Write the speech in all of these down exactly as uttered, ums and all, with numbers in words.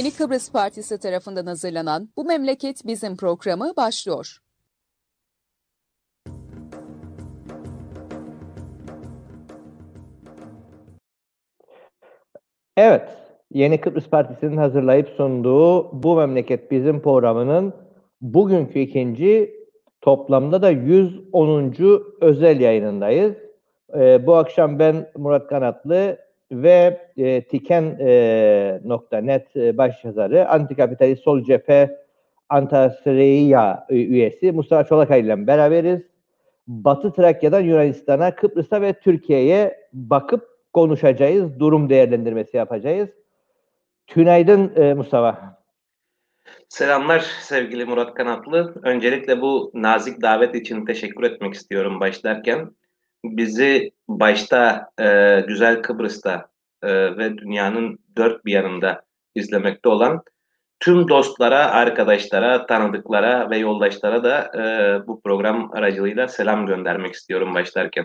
Yeni Kıbrıs Partisi tarafından hazırlanan Bu Memleket Bizim programı başlıyor. Evet, Yeni Kıbrıs Partisi'nin hazırlayıp sunduğu Bu Memleket Bizim programının bugünkü ikinci, toplamda da yüz onuncu özel yayınındayız. Ee, bu akşam ben Murat Kanatlı ve e, Tiken nokta net e, başyazarı, Antikapitalist Sol Cephe Antasırıya üyesi Mustafa Çolakay ile beraberiz. Batı Trakya'dan Yunanistan'a, Kıbrıs'a ve Türkiye'ye bakıp konuşacağız. Durum değerlendirmesi yapacağız. Tünaydın e, Mustafa. Selamlar sevgili Murat Kanatlı. Öncelikle bu nazik davet için teşekkür etmek istiyorum başlarken. Bizi başta e, güzel Kıbrıs'ta e, ve dünyanın dört bir yanında izlemekte olan tüm dostlara, arkadaşlara, tanıdıklara ve yoldaşlara da e, bu program aracılığıyla selam göndermek istiyorum başlarken.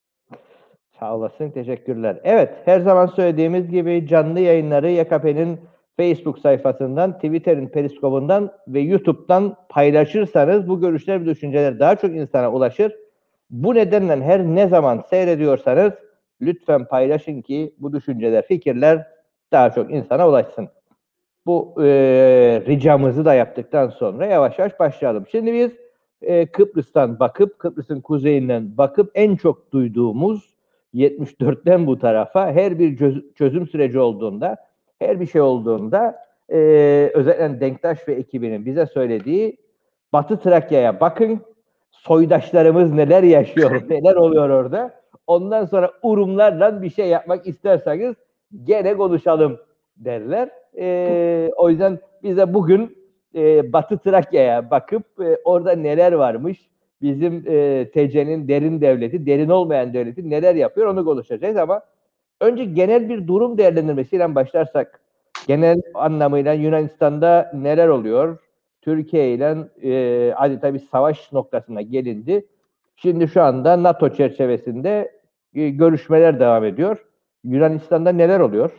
Sağ olasın, teşekkürler. Evet, her zaman söylediğimiz gibi canlı yayınları Y K P'nin Facebook sayfasından, Twitter'in Periskop'undan ve YouTube'dan paylaşırsanız bu görüşler ve düşünceler daha çok insana ulaşır. Bu nedenle her ne zaman seyrediyorsanız lütfen paylaşın ki bu düşünceler, fikirler daha çok insana ulaşsın. Bu e, ricamızı da yaptıktan sonra yavaş yavaş başlayalım. Şimdi biz e, Kıbrıs'tan bakıp, Kıbrıs'ın kuzeyinden bakıp en çok duyduğumuz yetmiş dörtten bu tarafa her bir çöz- çözüm süreci olduğunda, her bir şey olduğunda e, özellikle Denktaş ve ekibinin bize söylediği Batı Trakya'ya bakın, soydaşlarımız neler yaşıyor, neler oluyor orada. Ondan sonra urumlarla bir şey yapmak isterseniz gene konuşalım derler. E, o yüzden bize bugün e, Batı Trakya'ya bakıp e, orada neler varmış, bizim e, T C'nin derin devleti, derin olmayan devleti neler yapıyor onu konuşacağız ama önce genel bir durum değerlendirmesiyle başlarsak, genel anlamıyla Yunanistan'da neler oluyor? Türkiye ile e, adeta bir savaş noktasına gelindi. Şimdi şu anda NATO çerçevesinde e, görüşmeler devam ediyor. Yunanistan'da neler oluyor?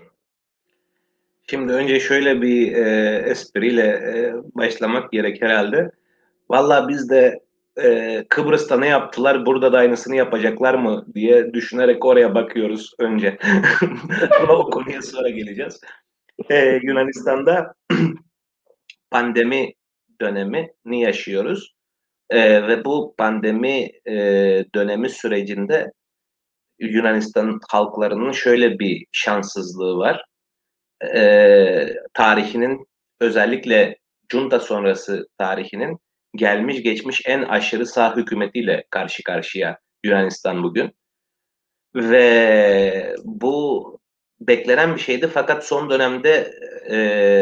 Şimdi önce şöyle bir e, espriyle e, başlamak gerek herhalde. Valla biz de e, Kıbrıs'ta ne yaptılar, burada da aynısını yapacaklar mı diye düşünerek oraya bakıyoruz önce. Ama o konuya sonra geleceğiz. E, Yunanistan'da pandemi dönemini yaşıyoruz. E, ve bu pandemi e, dönemi sürecinde Yunanistan halklarının şöyle bir şanssızlığı var. E, tarihinin özellikle junta sonrası tarihinin gelmiş geçmiş en aşırı sağ hükümetiyle karşı karşıya Yunanistan bugün. Ve bu beklenen bir şeydi fakat son dönemde e,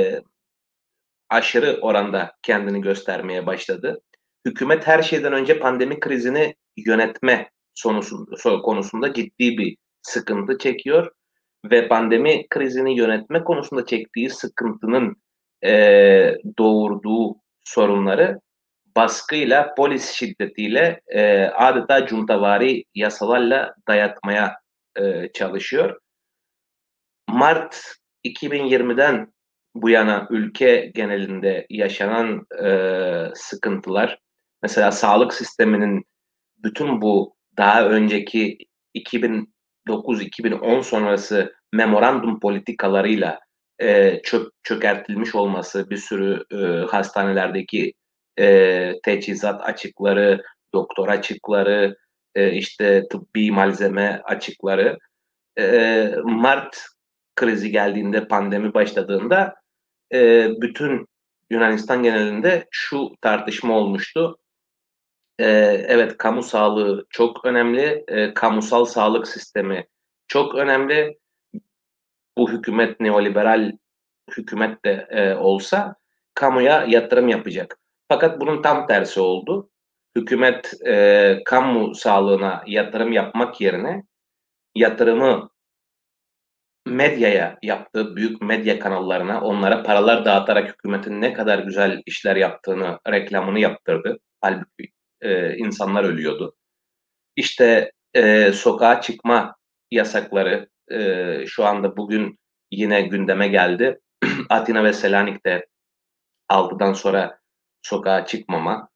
aşırı oranda kendini göstermeye başladı. Hükümet her şeyden önce pandemi krizini yönetme konusunda ciddi bir sıkıntı çekiyor ve pandemi krizini yönetme konusunda çektiği sıkıntının e, doğurduğu sorunları baskıyla, polis şiddetiyle e, adeta cuntavari yasalarla dayatmaya e, çalışıyor. Mart iki bin yirmiden bu yana ülke genelinde yaşanan e, sıkıntılar, mesela sağlık sisteminin bütün bu daha önceki iki bin dokuz iki bin on sonrası memorandum politikalarıyla e, çök, çökertilmiş olması, bir sürü e, hastanelerdeki e, teçhizat açıkları, doktor açıkları, e, işte tıbbi malzeme açıkları, e, Mart krizi geldiğinde, pandemi başladığında e, bütün Yunanistan genelinde şu tartışma olmuştu. E, evet, kamu sağlığı çok önemli, e, kamusal sağlık sistemi çok önemli. Bu hükümet neoliberal hükümet de e, olsa kamuya yatırım yapacak. Fakat bunun tam tersi oldu. Hükümet e, kamu sağlığına yatırım yapmak yerine yatırımı medyaya yaptığı, büyük medya kanallarına, onlara paralar dağıtarak hükümetin ne kadar güzel işler yaptığını, reklamını yaptırdı. Halbuki e, insanlar ölüyordu. İşte e, sokağa çıkma yasakları e, şu anda bugün yine gündeme geldi. Atina ve Selanik'te altıdan sonra sokağa çıkmama.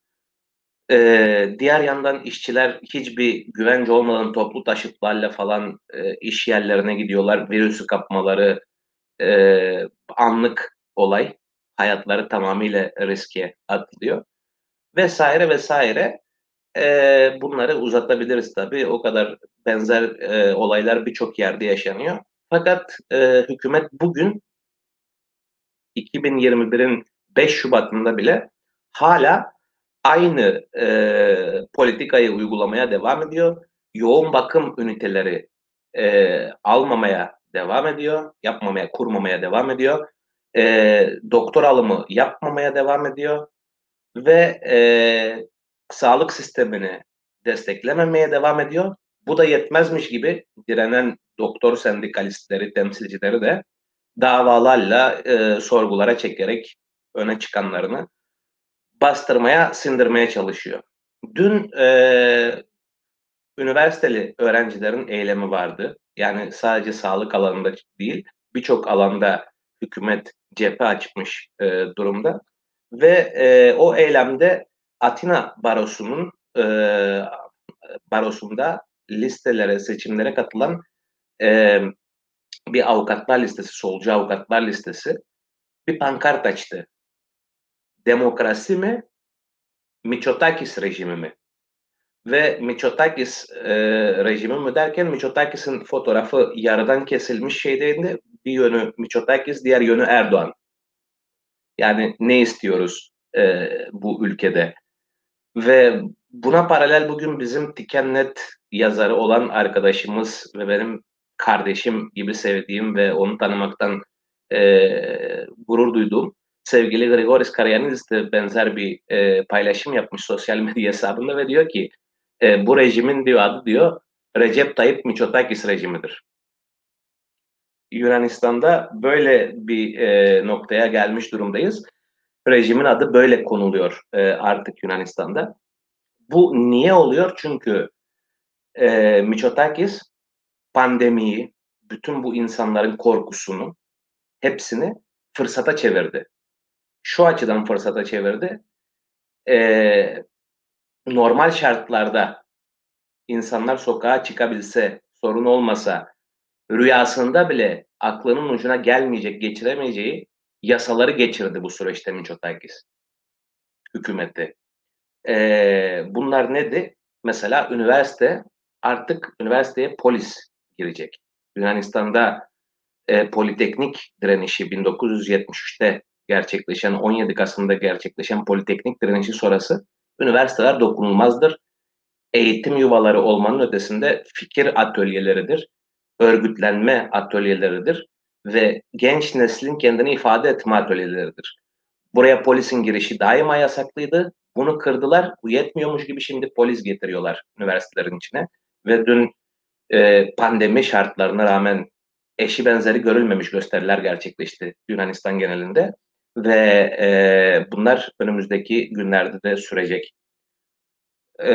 Ee, diğer yandan işçiler hiçbir güvence olmadan toplu taşıtlarla falan e, iş yerlerine gidiyorlar. Virüsü kapmaları e, anlık olay. Hayatları tamamıyla riske atılıyor. Vesaire vesaire. E, bunları uzatabiliriz tabii. O kadar benzer e, olaylar birçok yerde yaşanıyor. Fakat e, hükümet bugün iki bin yirmi birin beş Şubat'ında bile hala aynı e, politikayı uygulamaya devam ediyor. Yoğun bakım üniteleri e, almamaya devam ediyor, yapmamaya, kurmamaya devam ediyor. E, doktor alımı yapmamaya devam ediyor ve e, sağlık sistemini desteklememeye devam ediyor. Bu da yetmezmiş gibi direnen doktor sendikalistleri, temsilcileri de davalarla, e, sorgulara çekerek öne çıkanlarını bastırmaya, sindirmeye çalışıyor. Dün e, üniversiteli öğrencilerin eylemi vardı. Yani sadece sağlık alanında değil, birçok alanda hükümet cephe açmış e, durumda. Ve e, o eylemde Atina Barosu'nun e, barosunda listelere, seçimlere katılan e, bir avukatlar listesi, solcu avukatlar listesi bir pankart açtı. Demokrasi mi, Mitsotakis rejimi mi? Ve Mitsotakis e, rejimi mi derken Mitsotakis'in fotoğrafı yarıdan kesilmiş şeydeydi. Bir yönü Mitsotakis, diğer yönü Erdoğan. Yani ne istiyoruz e, bu ülkede? Ve buna paralel bugün bizim Tikennet yazarı olan arkadaşımız ve benim kardeşim gibi sevdiğim ve onu tanımaktan e, gurur duyduğum sevgili Grigoris Karyanidis de benzer bir e, paylaşım yapmış sosyal medya hesabında ve diyor ki e, bu rejimin diyor adı diyor Recep Tayyip Mitsotakis rejimidir. Yunanistan'da böyle bir e, noktaya gelmiş durumdayız. Rejimin adı böyle konuluyor e, artık Yunanistan'da. Bu niye oluyor? Çünkü e, Mitsotakis pandemiyi, bütün bu insanların korkusunu, hepsini fırsata çevirdi. Şu açıdan fırsata çevirdi. E, normal şartlarda insanlar sokağa çıkabilse, sorun olmasa, rüyasında bile aklının ucuna gelmeyecek, geçiremeyeceği yasaları geçirdi bu süreçte Mitsotakis hükümeti. E, bunlar nedir? Mesela üniversite, artık üniversiteye polis girecek. Yunanistan'da e, Politeknik direnişi bin dokuz yüz yetmiş üçte gerçekleşen, on yedi Kasım'da gerçekleşen Politeknik direnişi sonrası üniversiteler dokunulmazdır. Eğitim yuvaları olmanın ötesinde fikir atölyeleridir, örgütlenme atölyeleridir ve genç neslin kendini ifade etme atölyeleridir. Buraya polisin girişi daima yasaklıydı. Bunu kırdılar. Bu yetmiyormuş gibi şimdi polis getiriyorlar üniversitelerin içine. Ve dün e, pandemi şartlarına rağmen eşi benzeri görülmemiş gösteriler gerçekleşti Yunanistan genelinde. Ve e, bunlar önümüzdeki günlerde de sürecek. E,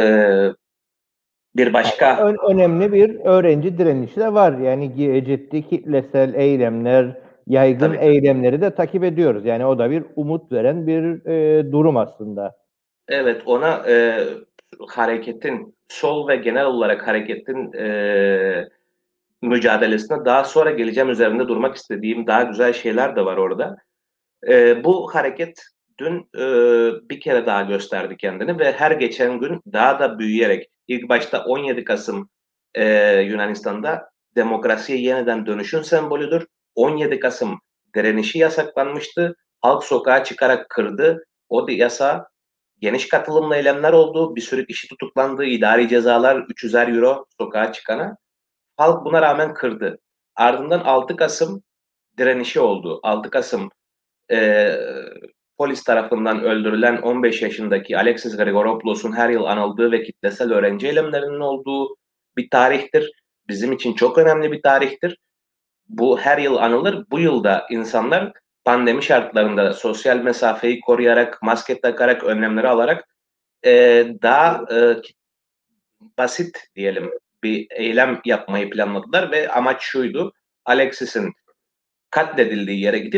bir başka... Ö- önemli bir öğrenci direnişi de var. Yani ciddi kitlesel eylemler, yaygın Tabii. eylemleri de takip ediyoruz. Yani o da bir umut veren bir e, durum aslında. Evet, ona e, hareketin, sol ve genel olarak hareketin e, mücadelesine daha sonra geleceğim, üzerinde durmak istediğim daha güzel şeyler de var orada. E, bu hareket dün e, bir kere daha gösterdi kendini ve her geçen gün daha da büyüyerek, ilk başta on yedi Kasım e, Yunanistan'da demokrasiye yeniden dönüşün sembolüdür. on yedi Kasım direnişi yasaklanmıştı. Halk sokağa çıkarak kırdı. O yasa, geniş katılımlı eylemler oldu. Bir sürü kişi tutuklandı. İdari cezalar üç yüzer euro sokağa çıkana. Halk buna rağmen kırdı. Ardından altı Kasım direnişi oldu. altı Kasım e, polis tarafından öldürülen on beş yaşındaki Alexis Grigoropoulos her yıl anıldığı ve kitlesel öğrenci eylemlerinin olduğu bir tarihtir. Bizim için çok önemli bir tarihtir. Bu her yıl anılır. Bu yılda insanlar pandemi şartlarında sosyal mesafeyi koruyarak, maske takarak, önlemleri alarak e, daha e, basit diyelim bir eylem yapmayı planladılar ve amaç şuydu: Alexis'in katledildiği yere gidip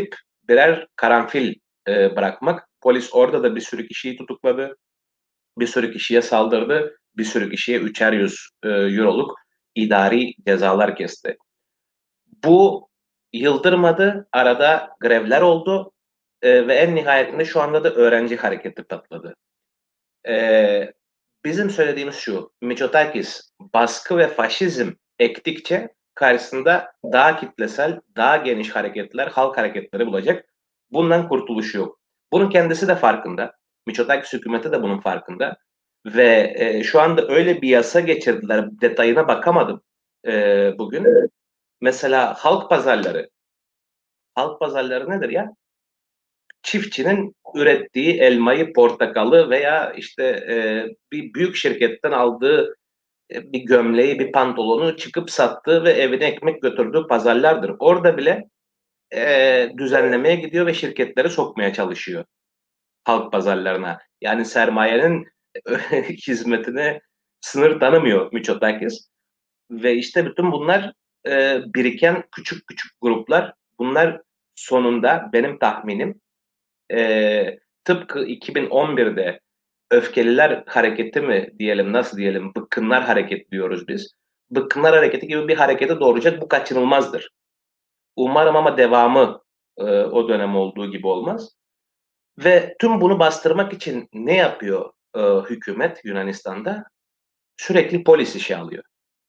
birer karanfil e, bırakmak. Polis orada da bir sürü kişiyi tutukladı. Bir sürü kişiye saldırdı. Bir sürü kişiye üçer yüz e, euroluk idari cezalar kesti. Bu yıldırmadı. Arada grevler oldu. E, ve en nihayetinde şu anda da öğrenci hareketi patladı. E, bizim söylediğimiz şu. Mitsotakis baskı ve faşizm ektikçe karşısında daha kitlesel, daha geniş hareketler, halk hareketleri bulacak. Bundan kurtuluşu yok. Bunun kendisi de farkında. Mitsotakis hükümeti de bunun farkında. Ve e, şu anda öyle bir yasa geçirdiler. Detayına bakamadım e, bugün. Mesela halk pazarları. Halk pazarları nedir ya? Çiftçinin ürettiği elmayı, portakalı veya işte e, bir büyük şirketten aldığı e, bir gömleği, bir pantolonu çıkıp sattığı ve evine ekmek götürdüğü pazarlardır. Orada bile e, düzenlemeye gidiyor ve şirketleri sokmaya çalışıyor halk pazarlarına. Yani sermayenin hizmetine sınır tanımıyor Mitsotakis. Ve işte bütün bunlar e, biriken küçük küçük gruplar. Bunlar sonunda benim tahminim e, tıpkı iki bin on birde öfkeliler hareketi mi diyelim, nasıl diyelim, bıkkınlar hareketi diyoruz biz. Bıkkınlar hareketi gibi bir harekete doğuracak, bu kaçınılmazdır. Umarım ama devamı e, o dönem olduğu gibi olmaz. Ve tüm bunu bastırmak için ne yapıyor e, hükümet Yunanistan'da? Sürekli polis işe alıyor.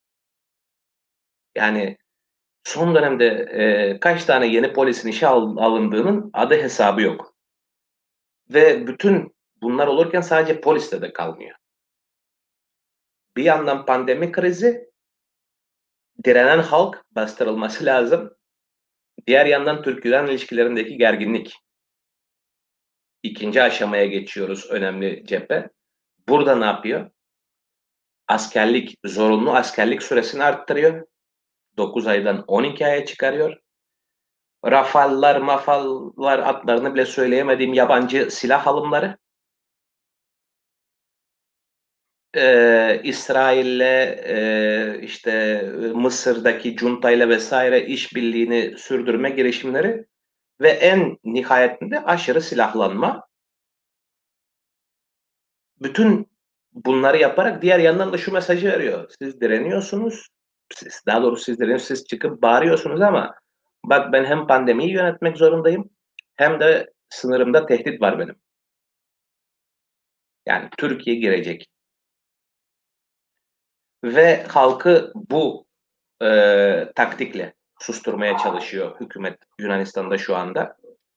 Yani son dönemde e, kaç tane yeni polisin işe al, alındığının adı hesabı yok. Ve bütün bunlar olurken sadece polisle de kalmıyor. Bir yandan pandemi krizi, direnen halk bastırılması lazım. Diğer yandan Türk-Yunan ilişkilerindeki gerginlik. İkinci aşamaya geçiyoruz, önemli cephe. Burada ne yapıyor? Askerlik, zorunlu askerlik süresini arttırıyor. dokuz aydan on iki aya çıkarıyor. Rafallar, mafallar adlarını bile söyleyemediğim yabancı silah alımları. Ee, İsrail'le e, işte Mısır'daki cuntayla vesaire işbirliğini sürdürme girişimleri ve en nihayetinde aşırı silahlanma. Bütün bunları yaparak diğer yandan da şu mesajı veriyor. Siz direniyorsunuz, siz, daha doğrusu siz direniyorsunuz, siz çıkıp bağırıyorsunuz ama bak ben hem pandemiyi yönetmek zorundayım hem de sınırımda tehdit var benim. Yani Türkiye girecek. Ve halkı bu e, taktikle susturmaya çalışıyor hükümet Yunanistan'da şu anda.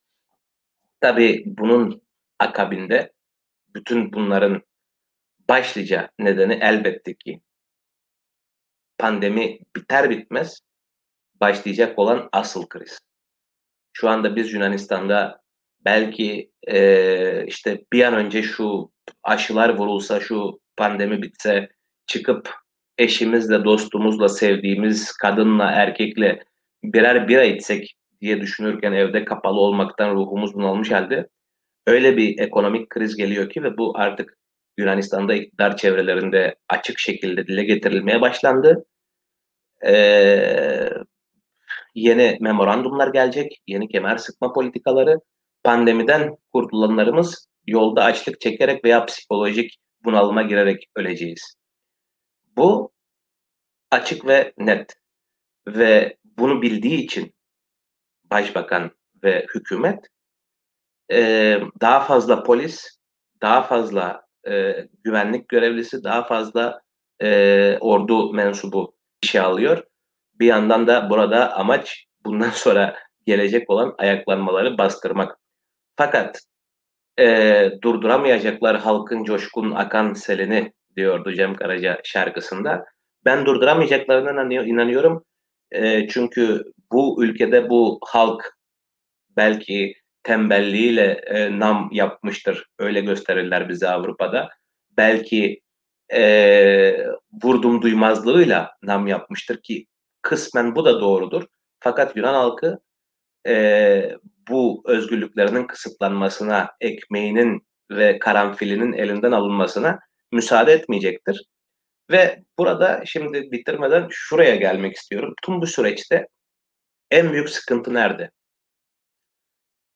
Tabii bunun akabinde bütün bunların başlıca nedeni elbette ki pandemi biter bitmez başlayacak olan asıl kriz. Şu anda biz Yunanistan'da belki e, işte bir an önce şu aşılar vurulsa, şu pandemi bitse, çıkıp eşimizle, dostumuzla, sevdiğimiz kadınla, erkekle birer bira içsek diye düşünürken evde kapalı olmaktan ruhumuz bunalmış halde öyle bir ekonomik kriz geliyor ki ve bu artık Yunanistan'da iktidar çevrelerinde açık şekilde dile getirilmeye başlandı. Ee, yeni memorandumlar gelecek, yeni kemer sıkma politikaları, pandemiden kurtulanlarımız yolda açlık çekerek veya psikolojik bunalıma girerek öleceğiz. Bu açık ve net ve bunu bildiği için başbakan ve hükümet e, daha fazla polis, daha fazla e, güvenlik görevlisi, daha fazla e, ordu mensubu işe alıyor. Bir yandan da burada amaç bundan sonra gelecek olan ayaklanmaları bastırmak. Fakat e, durduramayacaklar halkın coşkun akan selini diyordu Cem Karaca şarkısında. Ben durduramayacaklarına inanıyorum. E, çünkü bu ülkede bu halk belki tembelliğiyle e, nam yapmıştır. Öyle gösterirler bize Avrupa'da. Belki e, vurdum duymazlığıyla nam yapmıştır ki kısmen bu da doğrudur. Fakat Yunan halkı e, bu özgürlüklerinin kısıtlanmasına, ekmeğinin ve karanfilinin elinden alınmasına müsaade etmeyecektir. Ve burada şimdi bitirmeden şuraya gelmek istiyorum. Tüm bu süreçte en büyük sıkıntı nerede?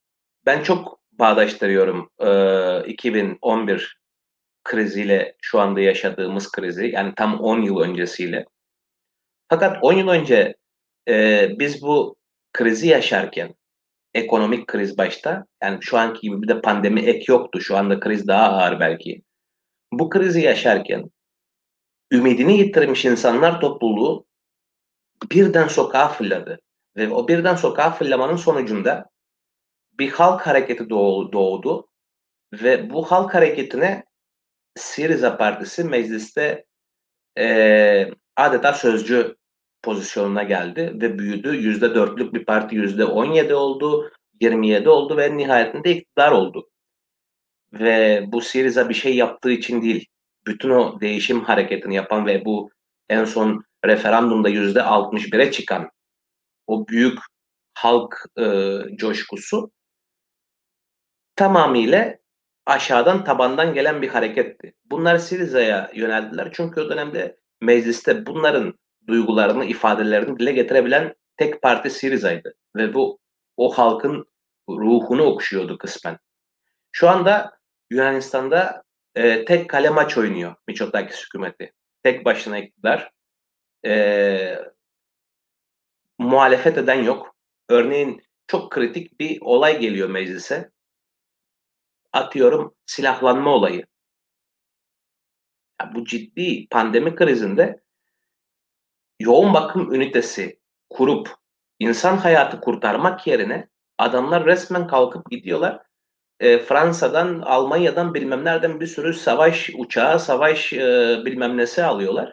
ben çok bağdaştırıyorum e, iki bin on bir kriziyle şu anda yaşadığımız krizi. Yani tam on yıl öncesiyle. Fakat on yıl önce e, biz bu krizi yaşarken, ekonomik kriz başta, yani şu anki gibi bir de pandemi ek yoktu. Şu anda kriz daha ağır belki. Bu krizi yaşarken ümidini yitirmiş insanlar topluluğu birden sokağa fırladı. Ve o birden sokağa fırlamanın sonucunda bir halk hareketi doğdu. Ve bu halk hareketine Syriza Partisi mecliste e, adeta sözcü pozisyonuna geldi ve büyüdü. Yüzde dörtlük bir parti yüzde on yedi oldu, yirmi yedi oldu ve nihayetinde iktidar oldu. Ve bu Syriza bir şey yaptığı için değil, bütün o değişim hareketini yapan ve bu en son referandumda yüzde altmış bire çıkan o büyük halk e, coşkusu tamamıyla aşağıdan tabandan gelen bir hareketti. Bunlar Syriza'ya yöneldiler çünkü o dönemde mecliste bunların duygularını, ifadelerini dile getirebilen tek parti Syriza'ydı. Ve bu o halkın ruhunu okşuyordu kısmen. Şu anda Yunanistan'da e, tek kale maç oynuyor Mitsotakis hükümeti. Tek başına iktidar. E, muhalefet eden yok. Örneğin çok kritik bir olay geliyor meclise. Atıyorum silahlanma olayı. Ya bu ciddi pandemi krizinde yoğun bakım ünitesi kurup insan hayatı kurtarmak yerine adamlar resmen kalkıp gidiyorlar. E, Fransa'dan, Almanya'dan bilmem nereden bir sürü savaş uçağı, savaş e, bilmem nesi alıyorlar.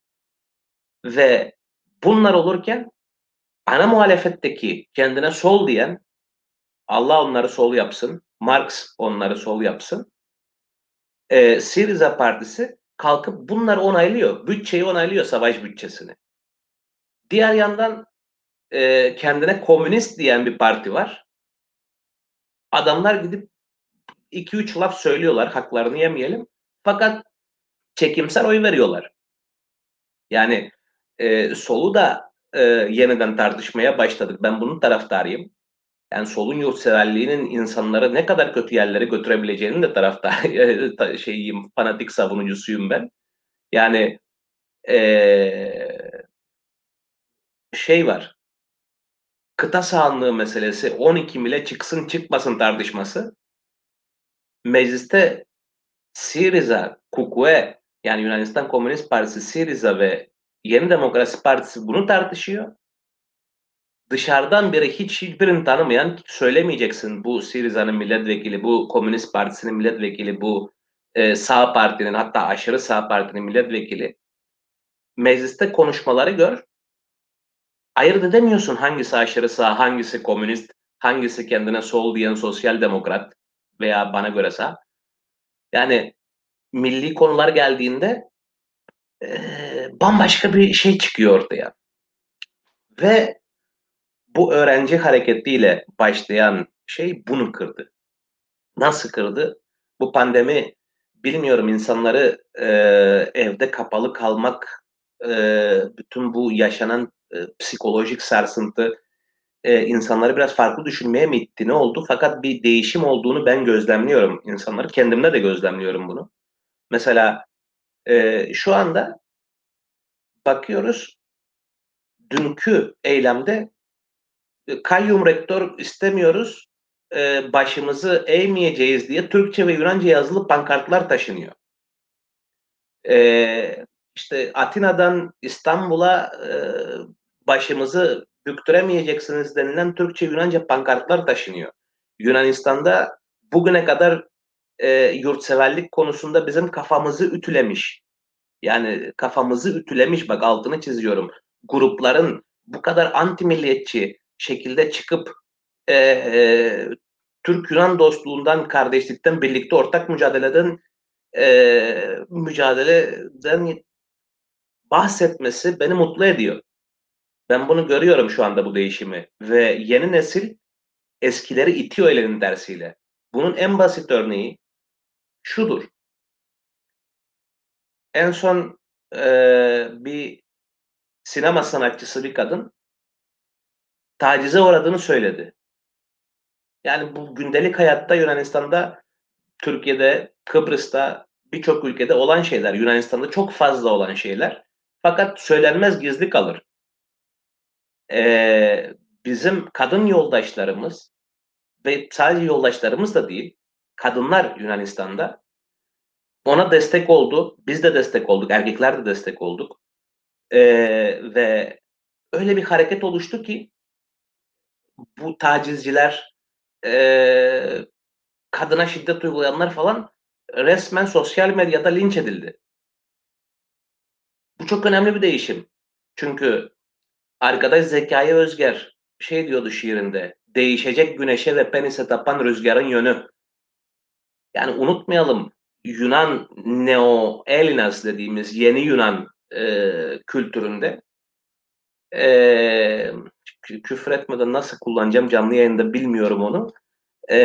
Ve bunlar olurken ana muhalefetteki kendine sol diyen, Allah onları sol yapsın, Marx onları sol yapsın, e, Syriza Partisi kalkıp bunları onaylıyor. Bütçeyi onaylıyor, savaş bütçesini. Diğer yandan e, kendine komünist diyen bir parti var. Adamlar gidip iki üç laf söylüyorlar, haklarını yemeyelim. Fakat çekimsel oy veriyorlar. Yani e, solu da e, yeniden tartışmaya başladık. Ben bunun taraftarıyım. Yani solun yurtseverliğinin insanları ne kadar kötü yerlere götürebileceğinin de taraftar şeyiyim, fanatik savunucusuyum ben. Yani e, şey var. Kıta sahanlığı meselesi on iki mile çıksın çıkmasın tartışması. Mecliste Syriza, Kukue yani Yunanistan Komünist Partisi Syriza ve Yeni Demokrasi Partisi bunu tartışıyor. Dışarıdan biri hiç hiçbirini tanımayan söylemeyeceksin bu Syriza'nın milletvekili, bu Komünist Partisi'nin milletvekili, bu e, sağ partinin hatta aşırı sağ partinin milletvekili. Mecliste konuşmaları gör. Ayırt edemiyorsun hangisi aşırı sağ, hangisi komünist, hangisi kendine sol diyen sosyal demokrat veya bana göre sağ. Yani milli konular geldiğinde e, bambaşka bir şey çıkıyor ortaya. Ve bu öğrenci hareketiyle başlayan şey bunu kırdı. Nasıl kırdı? Bu pandemi bilmiyorum insanları e, evde kapalı kalmak, e, bütün bu yaşanan e, psikolojik sarsıntı e, insanları biraz farklı düşünmeye mi itti? Ne oldu? Fakat bir değişim olduğunu ben gözlemliyorum insanları. Kendimde de gözlemliyorum bunu. Mesela e, şu anda bakıyoruz dünkü eylemde e, kayyum rektör istemiyoruz, e, başımızı eğmeyeceğiz diye Türkçe ve Yunanca yazılı pankartlar taşınıyor. E, işte Atina'dan İstanbul'a e, başımızı büktüremeyeceksiniz denilen Türkçe Yunanca pankartlar taşınıyor. Yunanistan'da bugüne kadar e, yurtseverlik konusunda bizim kafamızı ütülemiş. Yani kafamızı ütülemiş, bak altını çiziyorum. Grupların bu kadar anti milliyetçi şekilde çıkıp e, e, Türk-Yunan dostluğundan, kardeşlikten, birlikte ortak mücadeleden e, mücadeleden bahsetmesi beni mutlu ediyor. Ben bunu görüyorum şu anda, bu değişimi. Ve yeni nesil eskileri itiyor elinin dersiyle. Bunun en basit örneği şudur. En son e, bir sinema sanatçısı bir kadın tacize uğradığını söyledi. Yani bu gündelik hayatta Yunanistan'da, Türkiye'de, Kıbrıs'ta, birçok ülkede olan şeyler. Yunanistan'da çok fazla olan şeyler. Fakat söylenmez, gizli kalır. Ee, bizim kadın yoldaşlarımız ve sadece yoldaşlarımız da değil, kadınlar Yunanistan'da ona destek oldu. Biz de destek olduk. Erkekler de destek olduk. Ee, ve öyle bir hareket oluştu ki bu tacizciler, e, kadına şiddet uygulayanlar falan resmen sosyal medyada linç edildi. Bu çok önemli bir değişim. Çünkü arkadaş Zekai Özger şey diyordu şiirinde, değişecek güneşe ve penise tapan rüzgarın yönü. Yani unutmayalım, Yunan Neo-Elinas dediğimiz yeni Yunan e, kültüründe e, küfür etmeden nasıl kullanacağım canlı yayında bilmiyorum onu. E,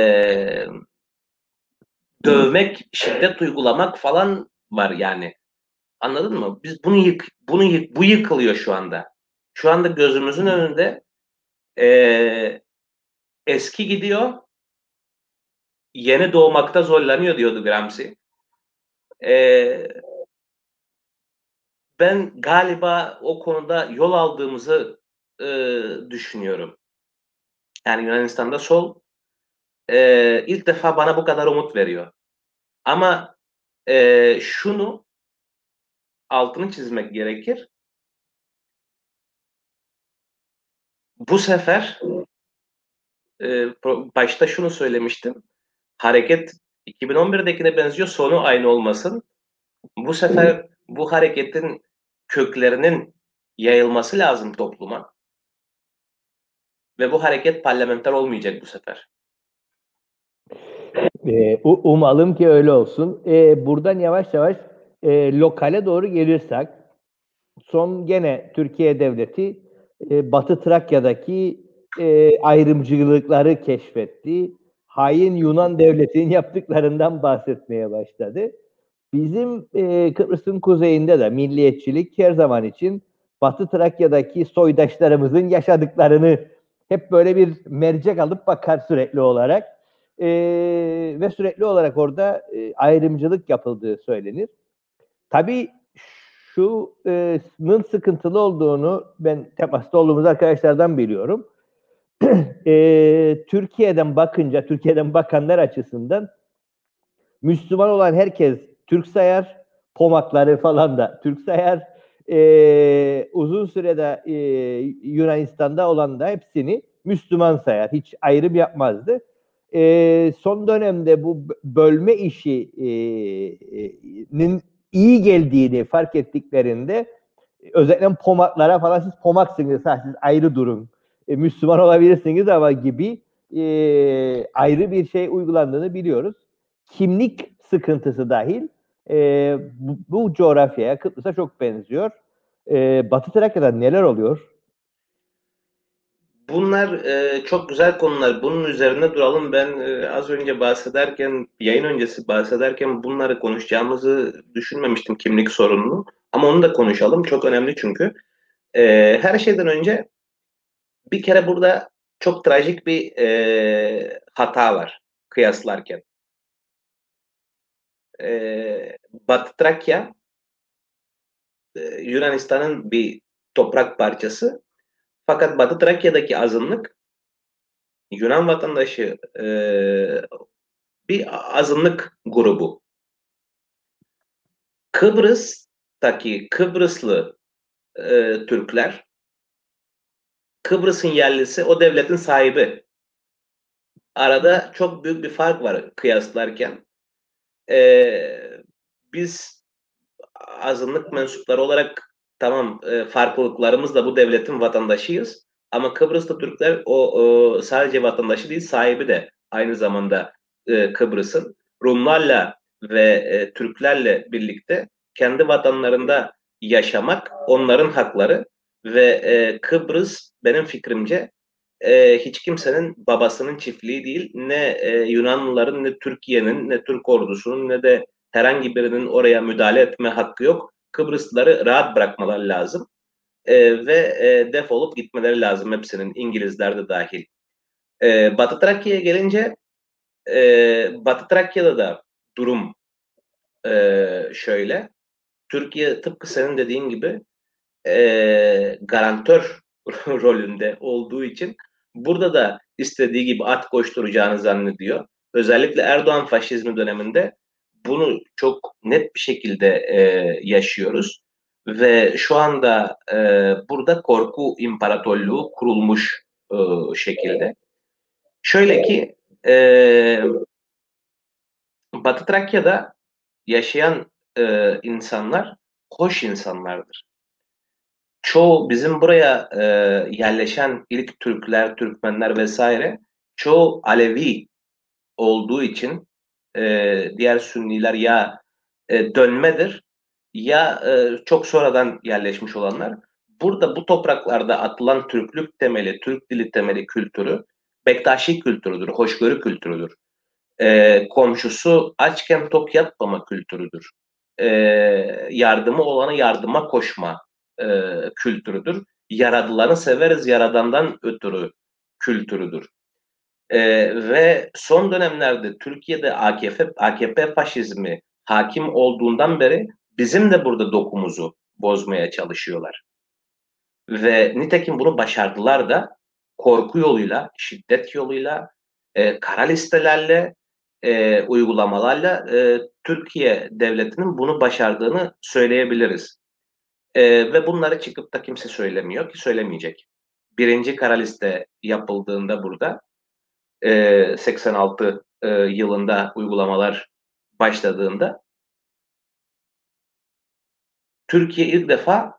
dövmek, şiddet uygulamak falan var yani. Anladın mı? Biz bunu yık, bunu yık, bu yıkılıyor şu anda. Şu anda gözümüzün önünde e, eski gidiyor, yeni doğmakta zorlanıyor diyordu Gramsci. E, ben galiba o konuda yol aldığımızı e, düşünüyorum. Yani Yunanistan'da sol e, ilk defa bana bu kadar umut veriyor. Ama e, şunu altını çizmek gerekir. Bu sefer e, başta şunu söylemiştim. Hareket iki bin on birdekine benziyor. Sonu aynı olmasın. Bu sefer bu hareketin köklerinin yayılması lazım topluma. Ve bu hareket parlamenter olmayacak bu sefer. E, umalım ki öyle olsun. E, buradan yavaş yavaş e, lokale doğru gelirsek, son gene Türkiye Devleti e, Batı Trakya'daki e, ayrımcılıkları keşfetti. Hain Yunan Devleti'nin yaptıklarından bahsetmeye başladı. Bizim e, Kıbrıs'ın kuzeyinde de milliyetçilik her zaman için Batı Trakya'daki soydaşlarımızın yaşadıklarını hep böyle bir mercek alıp bakar sürekli olarak. E, ve sürekli olarak orada e, ayrımcılık yapıldığı söylenir. Tabii şunun sıkıntılı olduğunu ben temasta olduğumuz arkadaşlardan biliyorum. e, Türkiye'den bakınca, Türkiye'den bakanlar açısından Müslüman olan herkes Türk sayar, Pomakları falan da Türk sayar. E, uzun sürede e, Yunanistan'da olan da hepsini Müslüman sayar. Hiç ayrım yapmazdı. E, son dönemde bu bölme işinin e, iyi geldiğini fark ettiklerinde özellikle Pomaklara falan siz Pomaksınız, ha, siz ayrı durun. E, Müslüman olabilirsiniz ama gibi e, ayrı bir şey uygulandığını biliyoruz. Kimlik sıkıntısı dahil e, bu, bu coğrafyaya, Kıbrıs'a çok benziyor. E, Batı Trakya'da neler oluyor? Bunlar e, çok güzel konular. Bunun üzerine duralım. Ben e, az önce bahsederken, yayın öncesi bahsederken bunları konuşacağımızı düşünmemiştim, kimlik sorununu. Ama onu da konuşalım. Çok önemli çünkü. E, her şeyden önce bir kere burada çok trajik bir e, hata var kıyaslarken. E, Batı Trakya e, Yunanistan'ın bir toprak parçası. Fakat Batı Trakya'daki azınlık Yunan vatandaşı e, bir azınlık grubu. Kıbrıs'taki Kıbrıslı e, Türkler, Kıbrıs'ın yerlisi, o devletin sahibi. Arada çok büyük bir fark var kıyaslarken. E, biz azınlık mensupları olarak tamam, e, farklılıklarımızla bu devletin vatandaşıyız. Ama Kıbrıslı Türkler o, o sadece vatandaşı değil, sahibi de aynı zamanda e, Kıbrıs'ın. Rumlarla ve e, Türklerle birlikte kendi vatanlarında yaşamak onların hakları ve e, Kıbrıs benim fikrimce e, hiç kimsenin babasının çiftliği değil. Ne e, Yunanlıların, ne Türkiye'nin, ne Türk ordusunun, ne de herhangi birinin oraya müdahale etme hakkı yok. Kıbrıslıları rahat bırakmaları lazım e, ve e, defolup gitmeleri lazım hepsinin, İngilizler de dahil. E, Batı Trakya'ya gelince e, Batı Trakya'da da durum e, şöyle. Türkiye tıpkı senin dediğin gibi e, garantör rolünde olduğu için burada da istediği gibi at koşturacağını zannediyor. Özellikle Erdoğan faşizmi döneminde bunu çok net bir şekilde e, yaşıyoruz. Ve şu anda e, burada korku imparatorluğu kurulmuş e, şekilde. Şöyle ki e, Batı Trakya'da yaşayan e, insanlar hoş insanlardır. Çoğu bizim buraya e, yerleşen ilk Türkler, Türkmenler vesaire çoğu Alevi olduğu için e, diğer Sünniler ya e, dönmedir ya e, çok sonradan yerleşmiş olanlar. Burada bu topraklarda atılan Türklük temeli, Türk dili temeli kültürü Bektaşi kültürüdür, hoşgörü kültürüdür. E, komşusu açken tok yatmama kültürüdür. E, Yardımı olana yardıma koşma e, kültürüdür. Yaradılanı severiz, yaradandan ötürü kültürüdür. E, Ve son dönemlerde Türkiye'de A K P, A K P faşizmi hakim olduğundan beri bizim de burada dokumuzu bozmaya çalışıyorlar. Ve nitekim bunu başardılar da korku yoluyla, şiddet yoluyla, e, kara listelerle, e, uygulamalarla e, Türkiye devletinin bunu başardığını söyleyebiliriz. E, ve bunları çıkıp da kimse söylemiyor ki söylemeyecek. Birinci kara liste yapıldığında burada e, seksen altı e, yılında uygulamalar başladığında Türkiye ilk defa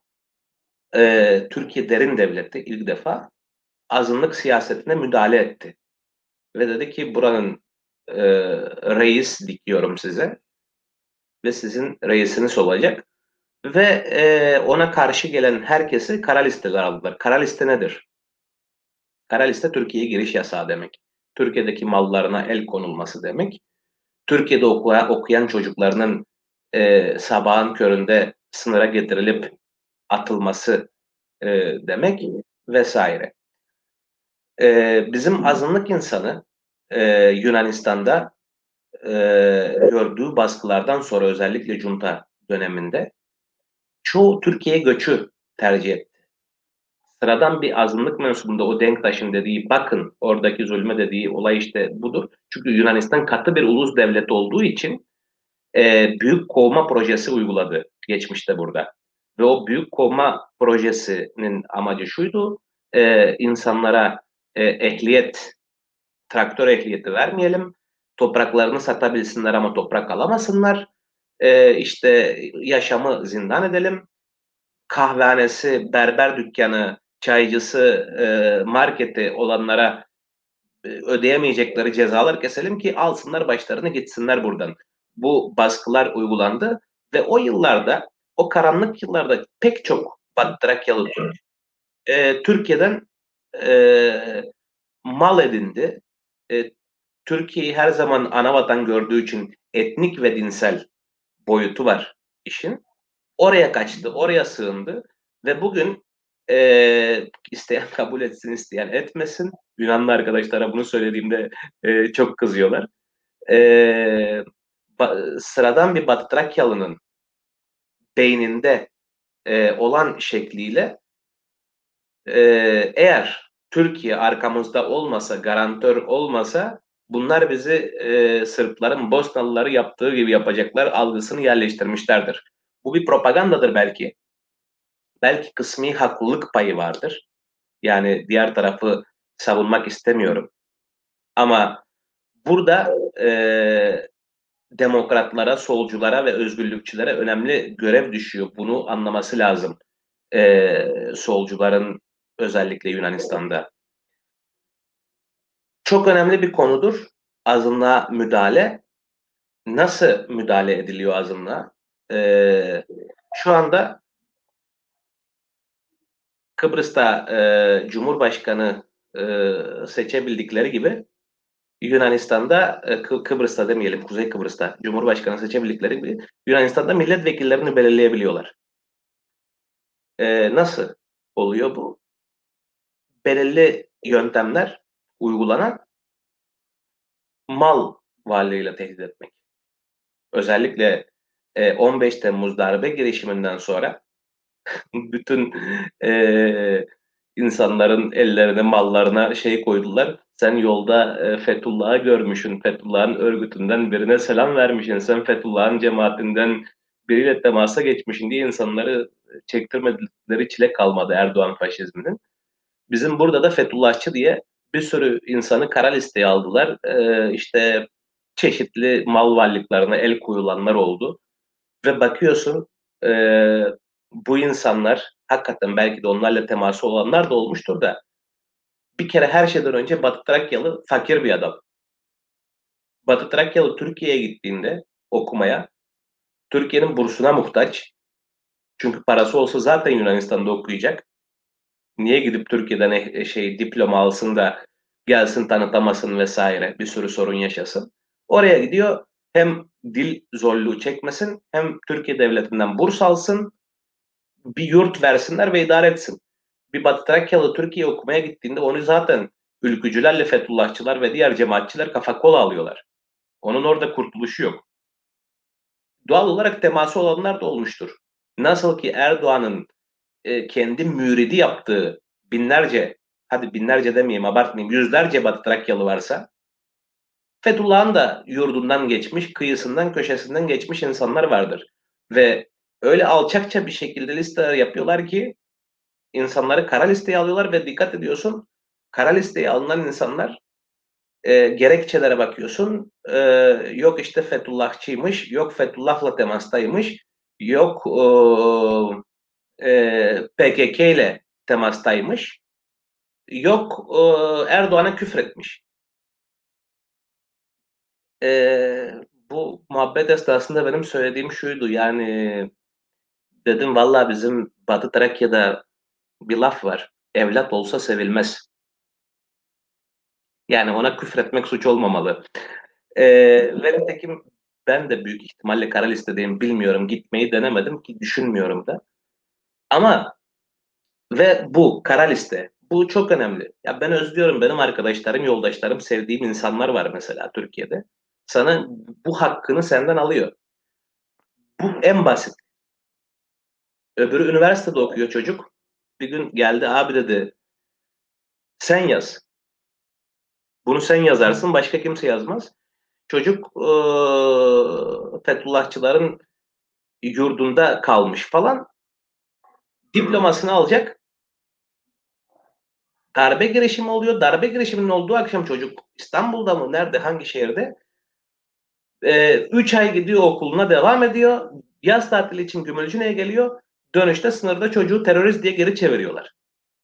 e, Türkiye derin devleti ilk defa azınlık siyasetine müdahale etti. Ve dedi ki buranın e, reis dikiyorum size ve sizin reisiniz olacak. Ve e, ona karşı gelen herkesi kara listeler aldılar. Kara liste nedir? Kara liste Türkiye'ye giriş yasağı demek. Türkiye'deki mallarına el konulması demek. Türkiye'de okuyan, okuyan çocuklarının e, sabahın köründe sınıra getirilip atılması e, demek vesaire. E, bizim azınlık insanı e, Yunanistan'da e, gördüğü baskılardan sonra özellikle junta döneminde çoğu Türkiye göçü tercih etti. Sıradan bir azınlık mensubunda o Denktaş'ın dediği bakın oradaki zulme dediği olay işte budur. Çünkü Yunanistan katı bir ulus devlet olduğu için e, büyük kovma projesi uyguladı geçmişte burada. Ve o büyük kovma projesinin amacı şuydu, e, insanlara e, ehliyet, traktör ehliyeti vermeyelim, topraklarını satabilsinler ama toprak alamasınlar, e, işte yaşamı zindan edelim, kahvehanesi, berber dükkanı, çaycısı, e, marketi olanlara e, ödeyemeyecekleri cezalar keselim ki alsınlar başlarını gitsinler buradan. Bu baskılar uygulandı ve o yıllarda, o karanlık yıllarda pek çok Batı Trakyalı Türk e, Türkiye'den e, mal edindi. E, Türkiye'yi her zaman anavatan gördüğü için etnik ve dinsel boyutu var işin. Oraya kaçtı, oraya sığındı ve bugün e, isteyen kabul etsin, isteyen etmesin. Yunanlı arkadaşlara bunu söylediğimde e, çok kızıyorlar. E, ba- Sıradan bir Batı Trakyalı'nın beyninde e, olan şekliyle e, eğer Türkiye arkamızda olmasa, garantör olmasa bunlar bizi e, Sırpların, Bosnalıları yaptığı gibi yapacaklar algısını yerleştirmişlerdir. Bu bir propagandadır belki. Belki kısmi haklılık payı vardır. Yani diğer tarafı savunmak istemiyorum. Ama burada e, demokratlara, solculara ve özgürlükçülere önemli görev düşüyor. Bunu anlaması lazım. E, solcuların özellikle Yunanistan'da. Çok önemli bir konudur azınlığa müdahale. Nasıl müdahale ediliyor azınlığa? E, Şu anda Kıbrıs'ta e, Cumhurbaşkanı e, seçebildikleri gibi Yunanistan'da, e, Kı- Kıbrıs'ta demeyelim, Kuzey Kıbrıs'ta Cumhurbaşkanı seçebildikleri gibi Yunanistan'da milletvekillerini belirleyebiliyorlar. E, nasıl oluyor bu? Belirli yöntemler uygulanan mal varlığıyla tehdit etmek. Özellikle e, on beş Temmuz darbe girişiminden sonra bütün e, insanların ellerine, mallarına şey koydular. Sen yolda e, Fethullah'ı görmüşsün, Fethullah'ın örgütünden birine selam vermişsin, sen Fethullah'ın cemaatinden biriyle temasa geçmişsin diye insanları çektirmedikleri çile kalmadı Erdoğan faşizminin. Bizim burada da Fethullahçı diye bir sürü insanı kara listeye aldılar. Ee, işte çeşitli mal varlıklarına el koyulanlar oldu. Ve bakıyorsun e, bu insanlar hakikaten belki de onlarla teması olanlar da olmuştur da bir kere her şeyden önce Batı Trakyalı fakir bir adam. Batı Trakyalı Türkiye'ye gittiğinde okumaya Türkiye'nin bursuna muhtaç. Çünkü parası olsa zaten Yunanistan'da okuyacak. Niye gidip Türkiye'den e- şey diploma alsın da gelsin tanıtamasın vesaire bir sürü sorun yaşasın. Oraya gidiyor hem dil zorluğu çekmesin hem Türkiye devletinden burs alsın bir yurt versinler ve idare etsin. Bir Batı Trakyalı Türkiye okumaya gittiğinde onu zaten ülkücülerle Fethullahçılar ve diğer cemaatçiler kafa kola alıyorlar. Onun orada kurtuluşu yok. Doğal olarak teması olanlar da olmuştur. Nasıl ki Erdoğan'ın e, kendi müridi yaptığı binlerce, hadi binlerce demeyeyim abartmayayım, yüzlerce Batı Trakyalı varsa Fethullah'ın da yurdundan geçmiş, kıyısından, köşesinden geçmiş insanlar vardır. Ve öyle alçakça bir şekilde listeler yapıyorlar ki insanları kara listeye alıyorlar ve dikkat ediyorsun kara listeye alınan insanlar e, gerekçelere bakıyorsun e, yok işte Fethullahçıymış, yok Fethullah'la temastaymış, yok e, e, P K K ile temastaymış, yok e, Erdoğan'a küfretmiş. E, bu muhabbet esnasında benim söylediğim şuydu yani dedim vallahi bizim Batı Trakya'da bir laf var. Evlat olsa sevilmez. Yani ona küfretmek suç olmamalı. Ee, ve nitekim ben de büyük ihtimalle kara listedeyim bilmiyorum. Gitmeyi denemedim ki düşünmüyorum da. Ama ve bu kara liste. Bu çok önemli. Ya ben özlüyorum benim arkadaşlarım, yoldaşlarım, sevdiğim insanlar var mesela Türkiye'de. Sana bu hakkını senden alıyor. Bu en basit. Öbürü üniversitede okuyor çocuk. Bir gün geldi abi dedi sen yaz. Bunu sen yazarsın başka kimse yazmaz. Çocuk e, Fethullahçıların yurdunda kalmış falan. Diplomasını alacak. Darbe girişimi oluyor. Darbe girişiminin olduğu akşam çocuk İstanbul'da mı? Nerede? Hangi şehirde? E, üç ay gidiyor okuluna devam ediyor. Yaz tatili için Gümülcine'ye geliyor. Dönüşte sınırda çocuğu terörist diye geri çeviriyorlar.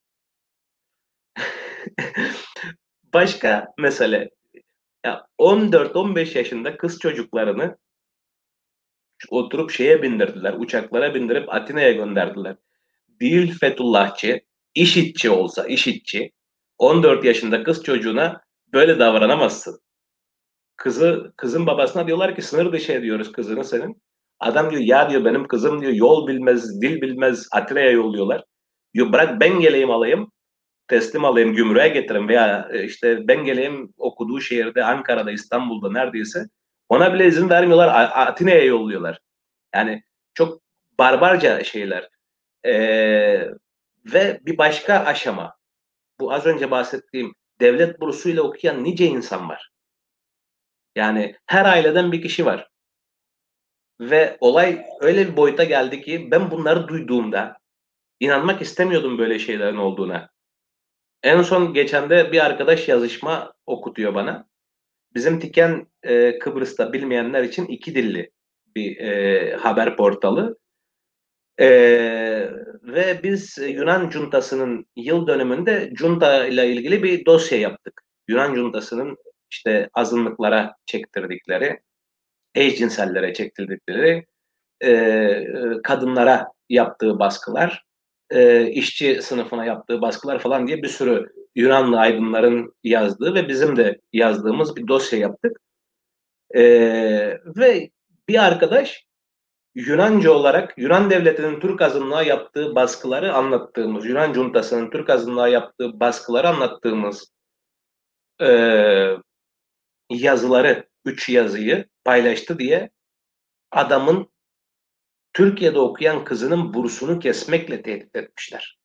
Başka mesele. Ya on dört on beş yaşında kız çocuklarını oturup şeye bindirdiler. Uçaklara bindirip Atina'ya gönderdiler. Değil Fethullahçı, IŞİD'çi olsa IŞİD'çi on dört yaşında kız çocuğuna böyle davranamazsın. Kızı kızın babasına diyorlar ki sınır dışı ediyoruz kızını senin. Adam diyor ya diyor benim kızım diyor yol bilmez, dil bilmez Atina'ya yolluyorlar. Diyor bırak ben geleyim alayım, teslim alayım gümrüğe getirin veya işte ben geleyim okuduğu şehirde Ankara'da, İstanbul'da neredeyse ona bile izin vermiyorlar. Atina'ya yolluyorlar. Yani çok barbarca şeyler. Ee, ve bir başka aşama. Bu az önce bahsettiğim devlet bursuyla okuyan nice insan var. Yani her aileden bir kişi var. Ve olay öyle bir boyuta geldi ki ben bunları duyduğumda inanmak istemiyordum böyle şeylerin olduğuna. En son geçen de bir arkadaş yazışma okutuyor bana. Bizim Tiken e, Kıbrıs'ta bilmeyenler için iki dilli bir e, haber portalı. Ee, ve biz Yunan Cuntası'nın yıl dönümünde Junta ile ilgili bir dosya yaptık. Yunan Cuntası'nın işte azınlıklara çektirdikleri, eşcinsellere çektirdikleri, e, kadınlara yaptığı baskılar, e, işçi sınıfına yaptığı baskılar falan diye bir sürü Yunanlı aydınların yazdığı ve bizim de yazdığımız bir dosya yaptık. E, ve bir arkadaş Yunanca olarak Yunan devletinin Türk azınlığa yaptığı baskıları anlattığımız, Yunan cuntasının Türk azınlığa yaptığı baskıları anlattığımız e, yazıları, üç yazıyı paylaştı diye adamın Türkiye'de okuyan kızının bursunu kesmekle tehdit etmişler.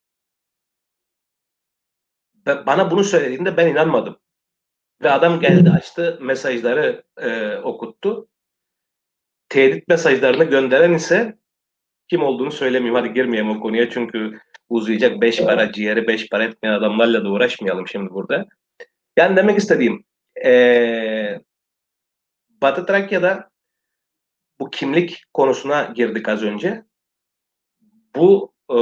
Ve bana bunu söylediğinde ben inanmadım. Ve adam geldi açtı mesajları e, okuttu. Tehdit mesajlarını gönderen ise kim olduğunu söylemeyeyim. Hadi girmeyeyim o konuya çünkü uzayacak. Beş para ciğeri beş para etmeyen adamlarla da uğraşmayalım şimdi burada. Yani demek istediğim e, Batı Trakya'da bu kimlik konusuna girdik az önce. Bu e,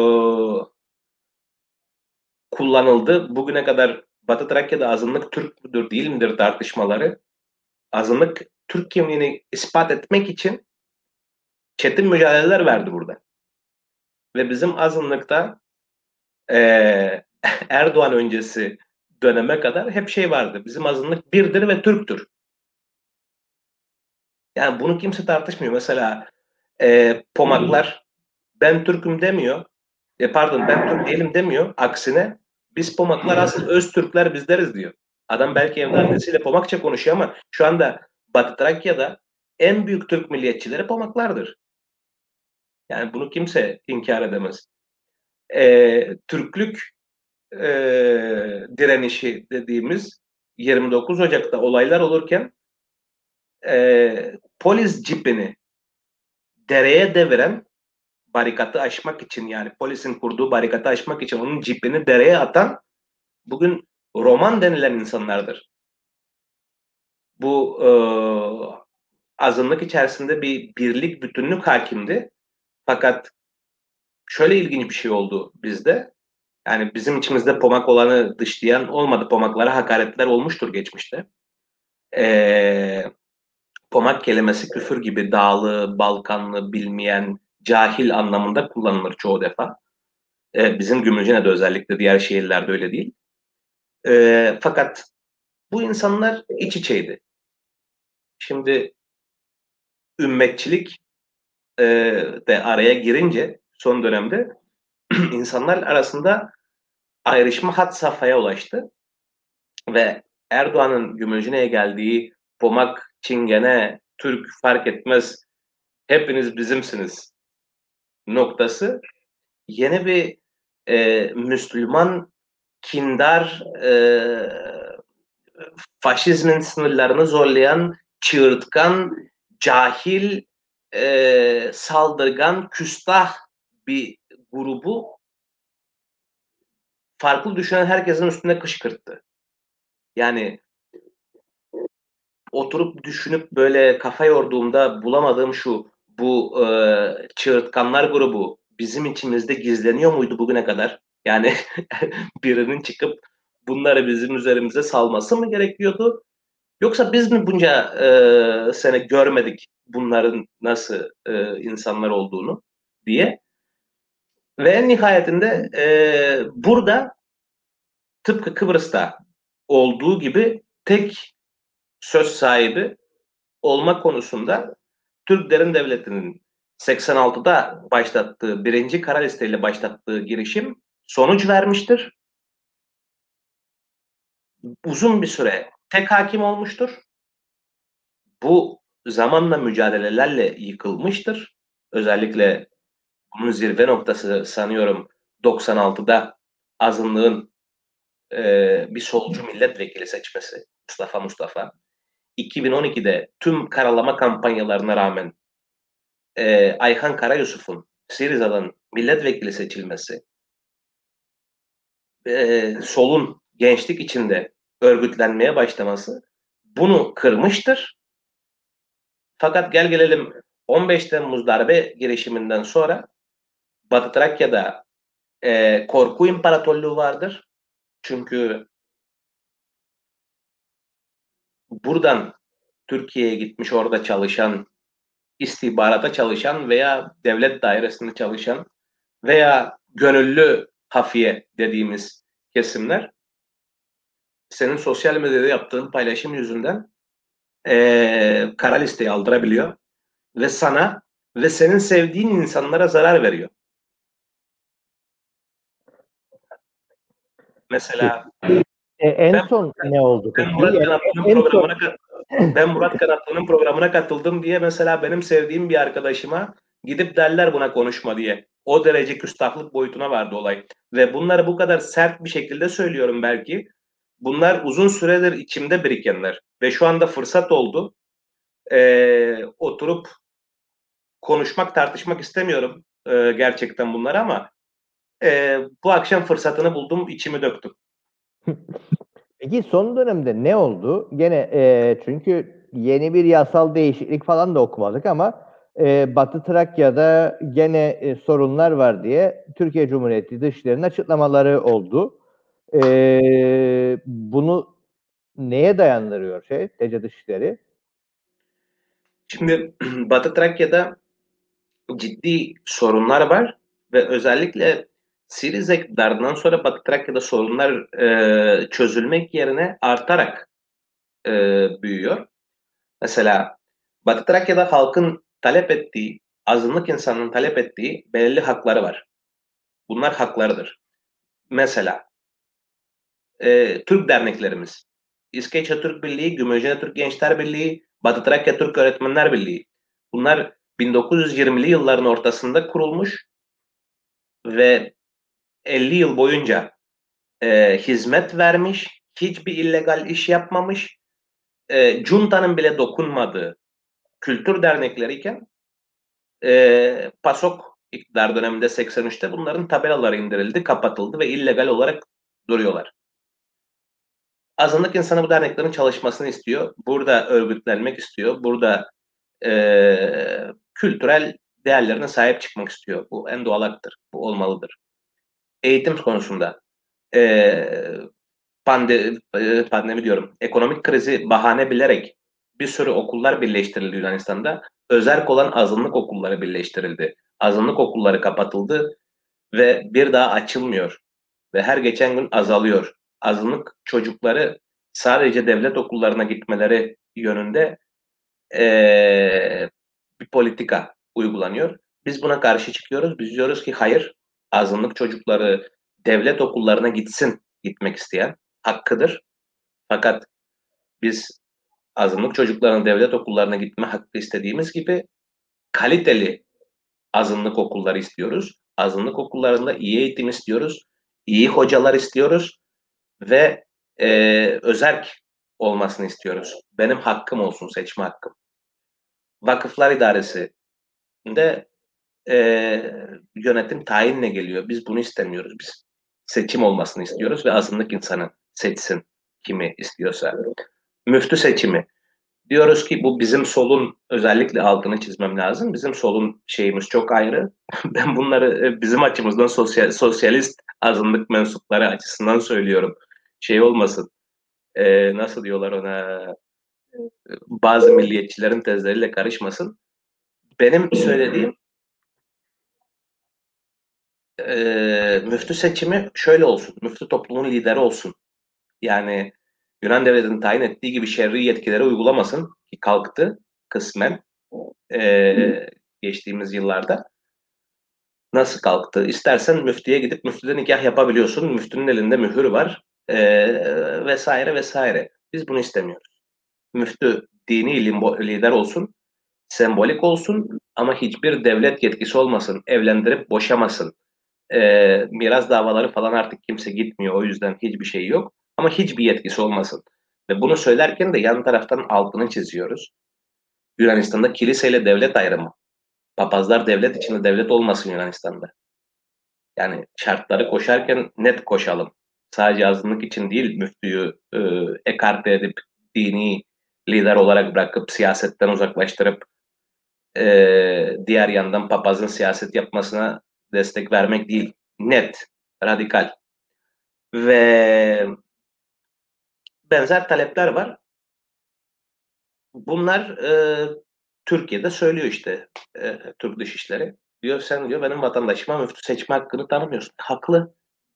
kullanıldı. Bugüne kadar Batı Trakya'da azınlık Türk müdür değil midir tartışmaları. Azınlık Türk kimliğini ispat etmek için çetin mücadeleler verdi burada. Ve bizim azınlıkta e, Erdoğan öncesi döneme kadar hep şey vardı. Bizim azınlık birdir ve Türktür. Yani bunu kimse tartışmıyor. Mesela e, Pomaklar ben Türk'üm demiyor. E, pardon ben Türk değilim demiyor. Aksine biz Pomaklar asıl öz Türkler bizleriz diyor. Adam belki evde annesiyle Pomakça konuşuyor ama şu anda Batı Trakya'da en büyük Türk milliyetçileri Pomaklardır. Yani bunu kimse inkar edemez. E, Türklük e, direnişi dediğimiz yirmi dokuz Ocak'ta olaylar olurken e, polis cipini dereye deviren barikatı aşmak için yani polisin kurduğu barikatı aşmak için onun cipini dereye atan bugün roman denilen insanlardır. Bu e, azınlık içerisinde bir birlik, bütünlük hakimdi. Fakat şöyle ilginç bir şey oldu bizde. Yani bizim içimizde pomak olanı dışlayan olmadı. Pomaklara hakaretler olmuştur geçmişte. E, pomak kelimesi küfür gibi dağlı, Balkanlı, bilmeyen, cahil anlamında kullanılır çoğu defa. E, bizim Gümülcine'de özellikle diğer şehirlerde öyle değil. E, fakat bu insanlar iç içeydi. Şimdi ümmetçilik e, de araya girince son dönemde insanlar arasında ayrışma had safhaya ulaştı ve Erdoğan'ın Gümülcine'ye geldiği Pomak, Çingene, Türk fark etmez hepiniz bizimsiniz noktası yeni bir e, Müslüman kindar e, faşizmin sınırlarını zorlayan çığırtkan, cahil, e, saldırgan, küstah bir grubu farklı düşünen herkesin üstüne kışkırttı. Yani oturup düşünüp böyle kafa yorduğumda bulamadığım şu, bu e, çığırtkanlar grubu bizim içimizde gizleniyor muydu bugüne kadar? Yani birinin çıkıp bunları bizim üzerimize salması mı gerekiyordu? Yoksa biz mi bunca e, sene görmedik bunların nasıl e, insanlar olduğunu diye. Ve en nihayetinde e, burada tıpkı Kıbrıs'ta olduğu gibi tek söz sahibi olma konusunda Türk Derin Devleti'nin seksen altıda başlattığı, birinci kara listeyle başlattığı girişim sonuç vermiştir. Uzun bir süre tek hakim olmuştur. Bu zamanla mücadelelerle yıkılmıştır. Özellikle bunun zirve noktası sanıyorum doksan altıda azınlığın e, bir solcu milletvekili seçmesi Mustafa Mustafa. iki bin on ikide tüm karalama kampanyalarına rağmen e, Ayhan Karayusuf'un Siriza'dan milletvekili seçilmesi, e, solun gençlik içinde örgütlenmeye başlaması bunu kırmıştır. Fakat gel gelelim on beş Temmuz darbe girişiminden sonra Batı Trakya'da e, korku imparatorluğu vardır. Çünkü buradan Türkiye'ye gitmiş orada çalışan, istihbarata çalışan veya devlet dairesinde çalışan veya gönüllü hafiye dediğimiz kesimler senin sosyal medyada yaptığın paylaşım yüzünden e, kara listeyi aldırabiliyor ve sana ve senin sevdiğin insanlara zarar veriyor. Mesela E, en Ben, son ne oldu ben peki? Murat Yani Kanatlı'nın en son programına ben Murat Kanatlı'nın programına katıldım diye mesela benim sevdiğim bir arkadaşıma gidip derler buna konuşma diye. O derece küstahlık boyutuna vardı olay. Ve bunları bu kadar sert bir şekilde söylüyorum belki. Bunlar uzun süredir içimde birikenler. Ve şu anda fırsat oldu. Ee, oturup konuşmak, tartışmak istemiyorum e, gerçekten bunları ama e, bu akşam fırsatını buldum, içimi döktüm. Peki son dönemde ne oldu? Gene e, çünkü yeni bir yasal değişiklik falan da okumadık ama e, Batı Trakya'da gene e, sorunlar var diye Türkiye Cumhuriyeti Dışişleri'nin açıklamaları oldu. E, bunu neye dayandırıyor şey T C Dışişleri? Şimdi Batı Trakya'da ciddi sorunlar var ve özellikle Siriza iktidarından sonra Batı Trakya'da sorunlar e, çözülmek yerine artarak e, büyüyor. Mesela Batı Trakya'da halkın talep ettiği, azınlık insanının talep ettiği belirli hakları var. Bunlar haklarıdır. Mesela e, Türk derneklerimiz, İskeçe Türk Birliği, Gümüşhane Türk Gençler Birliği, Batı Trakya Türk Öğretmenler Birliği. Bunlar bin dokuz yüz yirmili yılların ortasında kurulmuş ve elli yıl boyunca e, hizmet vermiş, hiçbir illegal iş yapmamış, e, Cunta'nın bile dokunmadığı kültür dernekleriyken e, PASOK iktidar döneminde seksen üçte bunların tabelaları indirildi, kapatıldı ve illegal olarak duruyorlar. Azınlık insanı bu derneklerin çalışmasını istiyor. Burada örgütlenmek istiyor. Burada e, kültürel değerlerine sahip çıkmak istiyor. Bu en doğal haktır. Bu olmalıdır. Eğitim konusunda e, pande, e, pandemi diyorum. Ekonomik krizi bahane bilerek bir sürü okullar birleştirildi Yunanistan'da. Özerk olan azınlık okulları birleştirildi. Azınlık okulları kapatıldı ve bir daha açılmıyor. Ve her geçen gün azalıyor. Azınlık çocukları sadece devlet okullarına gitmeleri yönünde ee, bir politika uygulanıyor. Biz buna karşı çıkıyoruz. Biz diyoruz ki hayır, azınlık çocukları devlet okullarına gitsin, gitmek isteyen hakkıdır. Fakat biz azınlık çocukların devlet okullarına gitme hakkı istediğimiz gibi kaliteli azınlık okulları istiyoruz. Azınlık okullarında iyi eğitim istiyoruz. İyi hocalar istiyoruz ve e, özerk olmasını istiyoruz. Benim hakkım olsun, seçme hakkım. Vakıflar İdaresi de e, yönetim tayinle geliyor. Biz bunu istemiyoruz. Biz seçim olmasını istiyoruz ve azınlık insanı seçsin kimi istiyorsa. Müftü seçimi. Diyoruz ki bu bizim solun özellikle altını çizmem lazım. Bizim solun şeyimiz çok ayrı. Ben bunları bizim açımızdan sosyal, sosyalist azınlık mensupları açısından söylüyorum. Şey olmasın. E, nasıl diyorlar ona? Bazı milliyetçilerin tezleriyle karışmasın. Benim söylediğim e, müftü seçimi şöyle olsun. Müftü toplumun lideri olsun. Yani Yunan devletinin tayin ettiği gibi şer'i yetkileri uygulamasın ki kalktı kısmen e, geçtiğimiz yıllarda. Nasıl kalktı? İstersen müftüye gidip müftüde nikah yapabiliyorsun. Müftünün elinde mühür var e, vesaire vesaire. Biz bunu istemiyoruz. Müftü dini lider olsun, sembolik olsun ama hiçbir devlet yetkisi olmasın. Evlendirip boşamasın. E, miras davaları falan artık kimse gitmiyor. O yüzden hiçbir şey yok. Ama hiçbir yetkisi olmasın. Ve bunu söylerken de yan taraftan altını çiziyoruz. Yunanistan'da kiliseyle devlet ayrımı. Papazlar devlet içinde devlet olmasın Yunanistan'da. Yani şartları koşarken net koşalım. Sadece azınlık için değil müftüyü e, ekarte edip dini lider olarak bırakıp siyasetten uzaklaştırıp e, diğer yandan papazın siyaset yapmasına destek vermek değil. Net, radikal. Ve benzer talepler var. Bunlar e, Türkiye'de söylüyor işte e, Türk Dışişleri. Diyor sen diyor benim vatandaşıma müftü seçme hakkını tanımıyorsun. Haklı.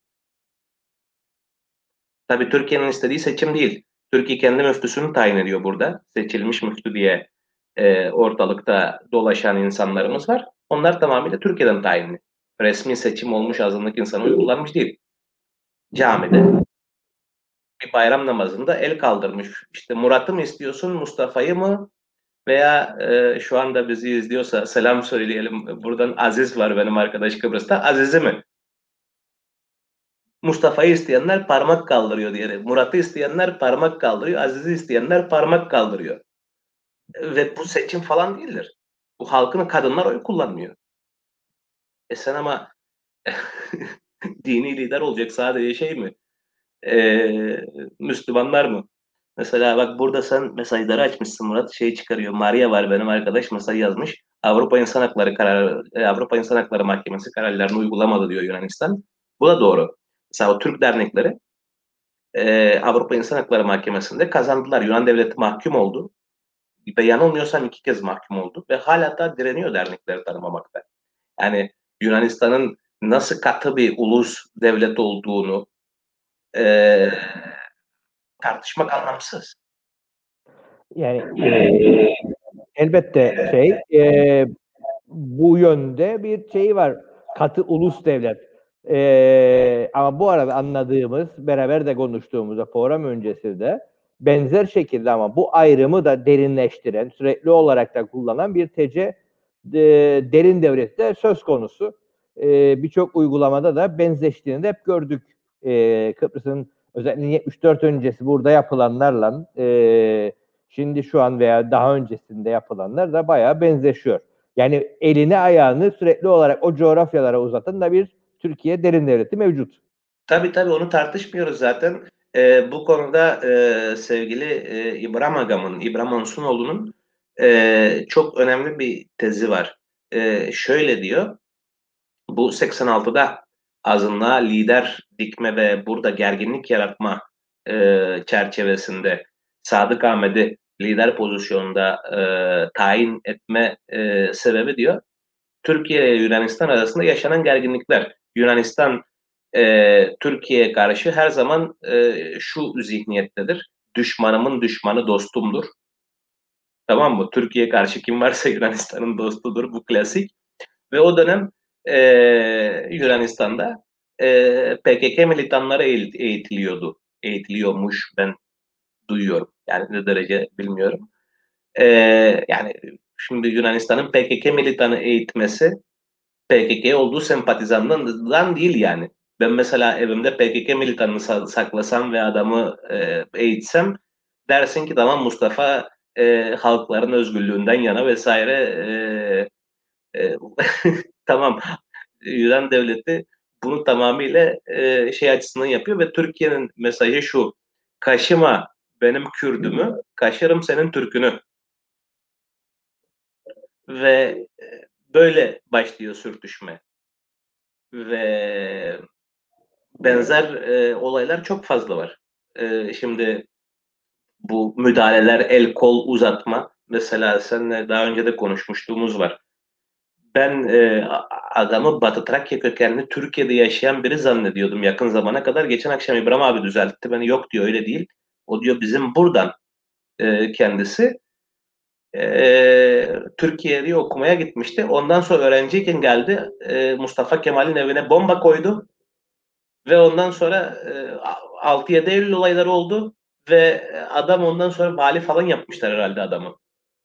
Tabii Türkiye'nin istediği seçim değil. Türkiye kendi müftüsünü tayin ediyor burada. Seçilmiş müftü diye e, ortalıkta dolaşan insanlarımız var. Onlar tamamıyla Türkiye'den tayinli. Resmi seçim olmuş azınlık insanı uygulanmış değil. Camide bir bayram namazında el kaldırmış. İşte Murat'ı mı istiyorsun, Mustafa'yı mı? Veya e, şu anda bizi izliyorsa selam söyleyelim. Buradan Aziz var benim arkadaş Kıbrıs'ta. Aziz'i mi? Mustafa'yı isteyenler parmak kaldırıyor diye. Murat'ı isteyenler parmak kaldırıyor. Aziz'i isteyenler parmak kaldırıyor. Ve bu seçim falan değildir. Bu halkın, kadınlar oy kullanmıyor. E sen ama dini lider olacak sadece şey mi? Ee, Müslümanlar mı? Mesela bak burada sen mesajları açmışsın Murat. Şey çıkarıyor. Maria var benim arkadaş, mesaj yazmış. Avrupa İnsan Hakları kararı, e, Avrupa İnsan Hakları Mahkemesi kararlarını uygulamadı diyor Yunanistan. Bu da doğru. Mesela o Türk dernekleri e, Avrupa İnsan Hakları Mahkemesi'nde kazandılar. Yunan devleti mahkum oldu. Ve yanılmıyorsam iki kez mahkum oldu. Ve hala da direniyor dernekleri tanımamakta. Yani Yunanistan'ın nasıl katı bir ulus devlet olduğunu e, tartışmak anlamsız. Yani e, elbette şey e, bu yönde bir şey var. Katı ulus devlet. E, ama bu arada anladığımız, beraber de konuştuğumuzda program öncesinde benzer şekilde ama bu ayrımı da derinleştiren, sürekli olarak da kullanan bir T C e, derin devlet de söz konusu. E, Birçok uygulamada da benzeştiğini de hep gördük. E, Kıbrıs'ın özellikle yetmiş dört öncesi burada yapılanlarla e, şimdi şu an veya daha öncesinde yapılanlar da bayağı benzeşiyor. Yani elini ayağını sürekli olarak o coğrafyalara uzatan da bir Türkiye derin devleti mevcut. Tabii tabii onu tartışmıyoruz zaten. Ee, bu konuda e, sevgili e, İbrahim Agam'ın, İbrahim Onsunoğlu'nun e, çok önemli bir tezi var. E, şöyle diyor, bu seksen altıda azınlığa lider dikme ve burada gerginlik yaratma e, çerçevesinde Sadık Ahmet'i lider pozisyonda e, tayin etme e, sebebi diyor, Türkiye ile Yunanistan arasında yaşanan gerginlikler. Yunanistan e, Türkiye'ye karşı her zaman e, şu zihniyettedir. Düşmanımın düşmanı dostumdur. Tamam mı? Türkiye'ye karşı kim varsa Yunanistan'ın dostudur. Bu klasik. Ve o dönem e, Yunanistan'da e, P K K militanları eğitiliyordu. Eğitiliyormuş, ben duyuyorum. Yani ne derece bilmiyorum. E, yani şimdi Yunanistan'ın P K K militanı eğitmesi P K K olduğu sempatizandan değil yani. Ben mesela evimde P K K militanını saklasam ve adamı e, eğitsem, dersin ki tamam Mustafa e, halkların özgürlüğünden yana vesaire, e, e, tamam. Yunan devleti bunu tamamıyla e, şey açısından yapıyor ve Türkiye'nin mesajı şu: kaşıma benim Kürdümü, kaşırım senin Türkünü. Ve e, böyle başlıyor sürtüşme. Ve benzer e, olaylar çok fazla var. E, şimdi bu müdahaleler, el kol uzatma, mesela seninle daha önce de konuşmuştuğumuz var. Ben e, adamı Batı Trakya kökenli Türkiye'de yaşayan biri zannediyordum yakın zamana kadar. Geçen akşam İbrahim abi düzeltti beni. Yok diyor, öyle değil. O diyor bizim buradan e, kendisi. E, Türkiye'ye okumaya gitmişti. Ondan sonra öğrenciyken geldi. E, Mustafa Kemal'in evine bomba koydu. Ve ondan sonra e, altı yedi Eylül olayları oldu. Ve adam ondan sonra vali falan yapmışlar herhalde adamı.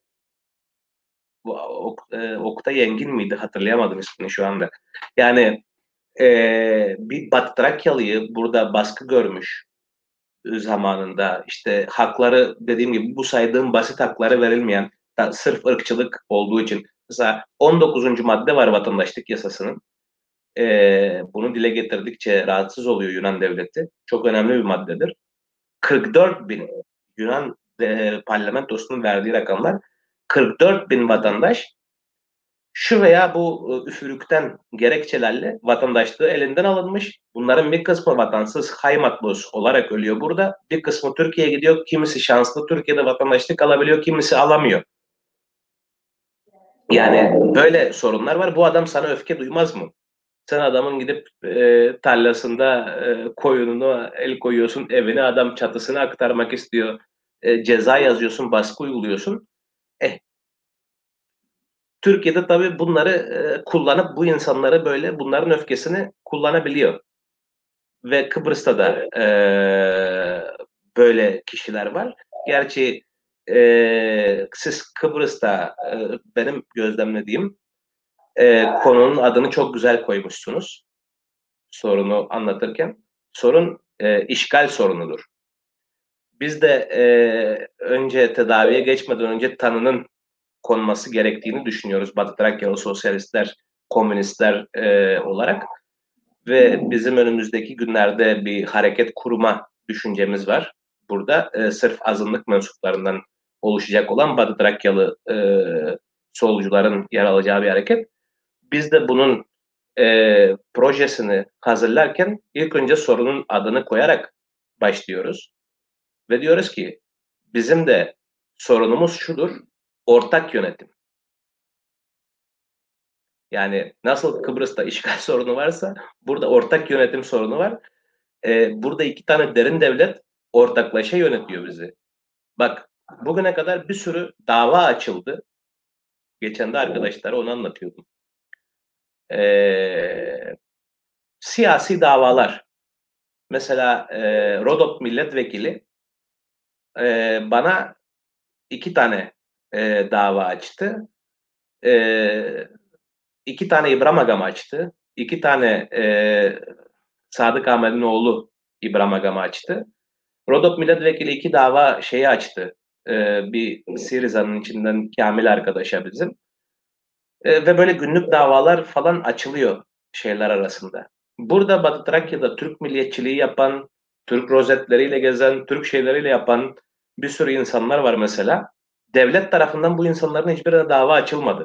Bu ok, e, Oktay Yengin miydi? Hatırlayamadım ismini şu anda. Yani e, bir Batı Trakyalı'yı burada baskı görmüş zamanında, işte hakları, dediğim gibi bu saydığım basit hakları verilmeyen, da, sırf ırkçılık olduğu için, mesela on dokuzuncu madde var vatandaşlık yasasının. E, bunu dile getirdikçe rahatsız oluyor Yunan devleti. Çok önemli bir maddedir. kırk dört bin Yunan e, parlamentosunun verdiği rakamlar, kırk dört bin vatandaş şu veya bu üfürükten gerekçelerle vatandaşlığı elinden alınmış. Bunların bir kısmı vatansız, haymatlos olarak ölüyor burada. Bir kısmı Türkiye'ye gidiyor. Kimisi şanslı Türkiye'de vatandaşlık alabiliyor, kimisi alamıyor. Yani böyle sorunlar var. Bu adam sana öfke duymaz mı? Sen adamın gidip e, tarlasında e, koyununu el koyuyorsun, evine adam çatısını aktarmak istiyor. E, ceza yazıyorsun, baskı uyguluyorsun. Eh, Türkiye'de tabii bunları e, kullanıp bu insanları, böyle bunların öfkesini kullanabiliyor. Ve Kıbrıs'ta da e, böyle kişiler var. Gerçi e, siz Kıbrıs'ta e, benim gözlemlediğim e, konunun adını çok güzel koymuşsunuz. Sorunu anlatırken. Sorun e, işgal sorunudur. Biz de e, önce tedaviye geçmeden önce tanının konması gerektiğini düşünüyoruz. Batı Trakyalı sosyalistler, komünistler e, olarak. Ve bizim önümüzdeki günlerde bir hareket kurma düşüncemiz var. Burada e, sırf azınlık mensuplarından oluşacak olan Batı Trakyalı e, solcuların yer alacağı bir hareket. Biz de bunun e, projesini hazırlarken ilk önce sorunun adını koyarak başlıyoruz. Ve diyoruz ki bizim de sorunumuz şudur, ortak yönetim. Yani nasıl Kıbrıs'ta işgal sorunu varsa burada ortak yönetim sorunu var. Ee, burada iki tane derin devlet ortaklaşa yönetiyor bizi. Bak bugüne kadar bir sürü dava açıldı. Geçen de arkadaşlara onu anlatıyordum. Ee, siyasi davalar. Mesela e, Rodop milletvekili e, bana iki tane e, dava açtı. E, iki tane İbrahim Agam açtı. İki tane e, Sadık Ahmet'in oğlu İbrahim Agam açtı. Rodop milletvekili iki dava şeyi açtı. E, bir Siriza'nın içinden Kamil arkadaşa bizim. E, ve böyle günlük davalar falan açılıyor şeyler arasında. Burada Batı Trakya'da Türk milliyetçiliği yapan, Türk rozetleriyle gezen, Türk şeyleriyle yapan bir sürü insanlar var mesela. Devlet tarafından bu insanların hiçbirine dava açılmadı.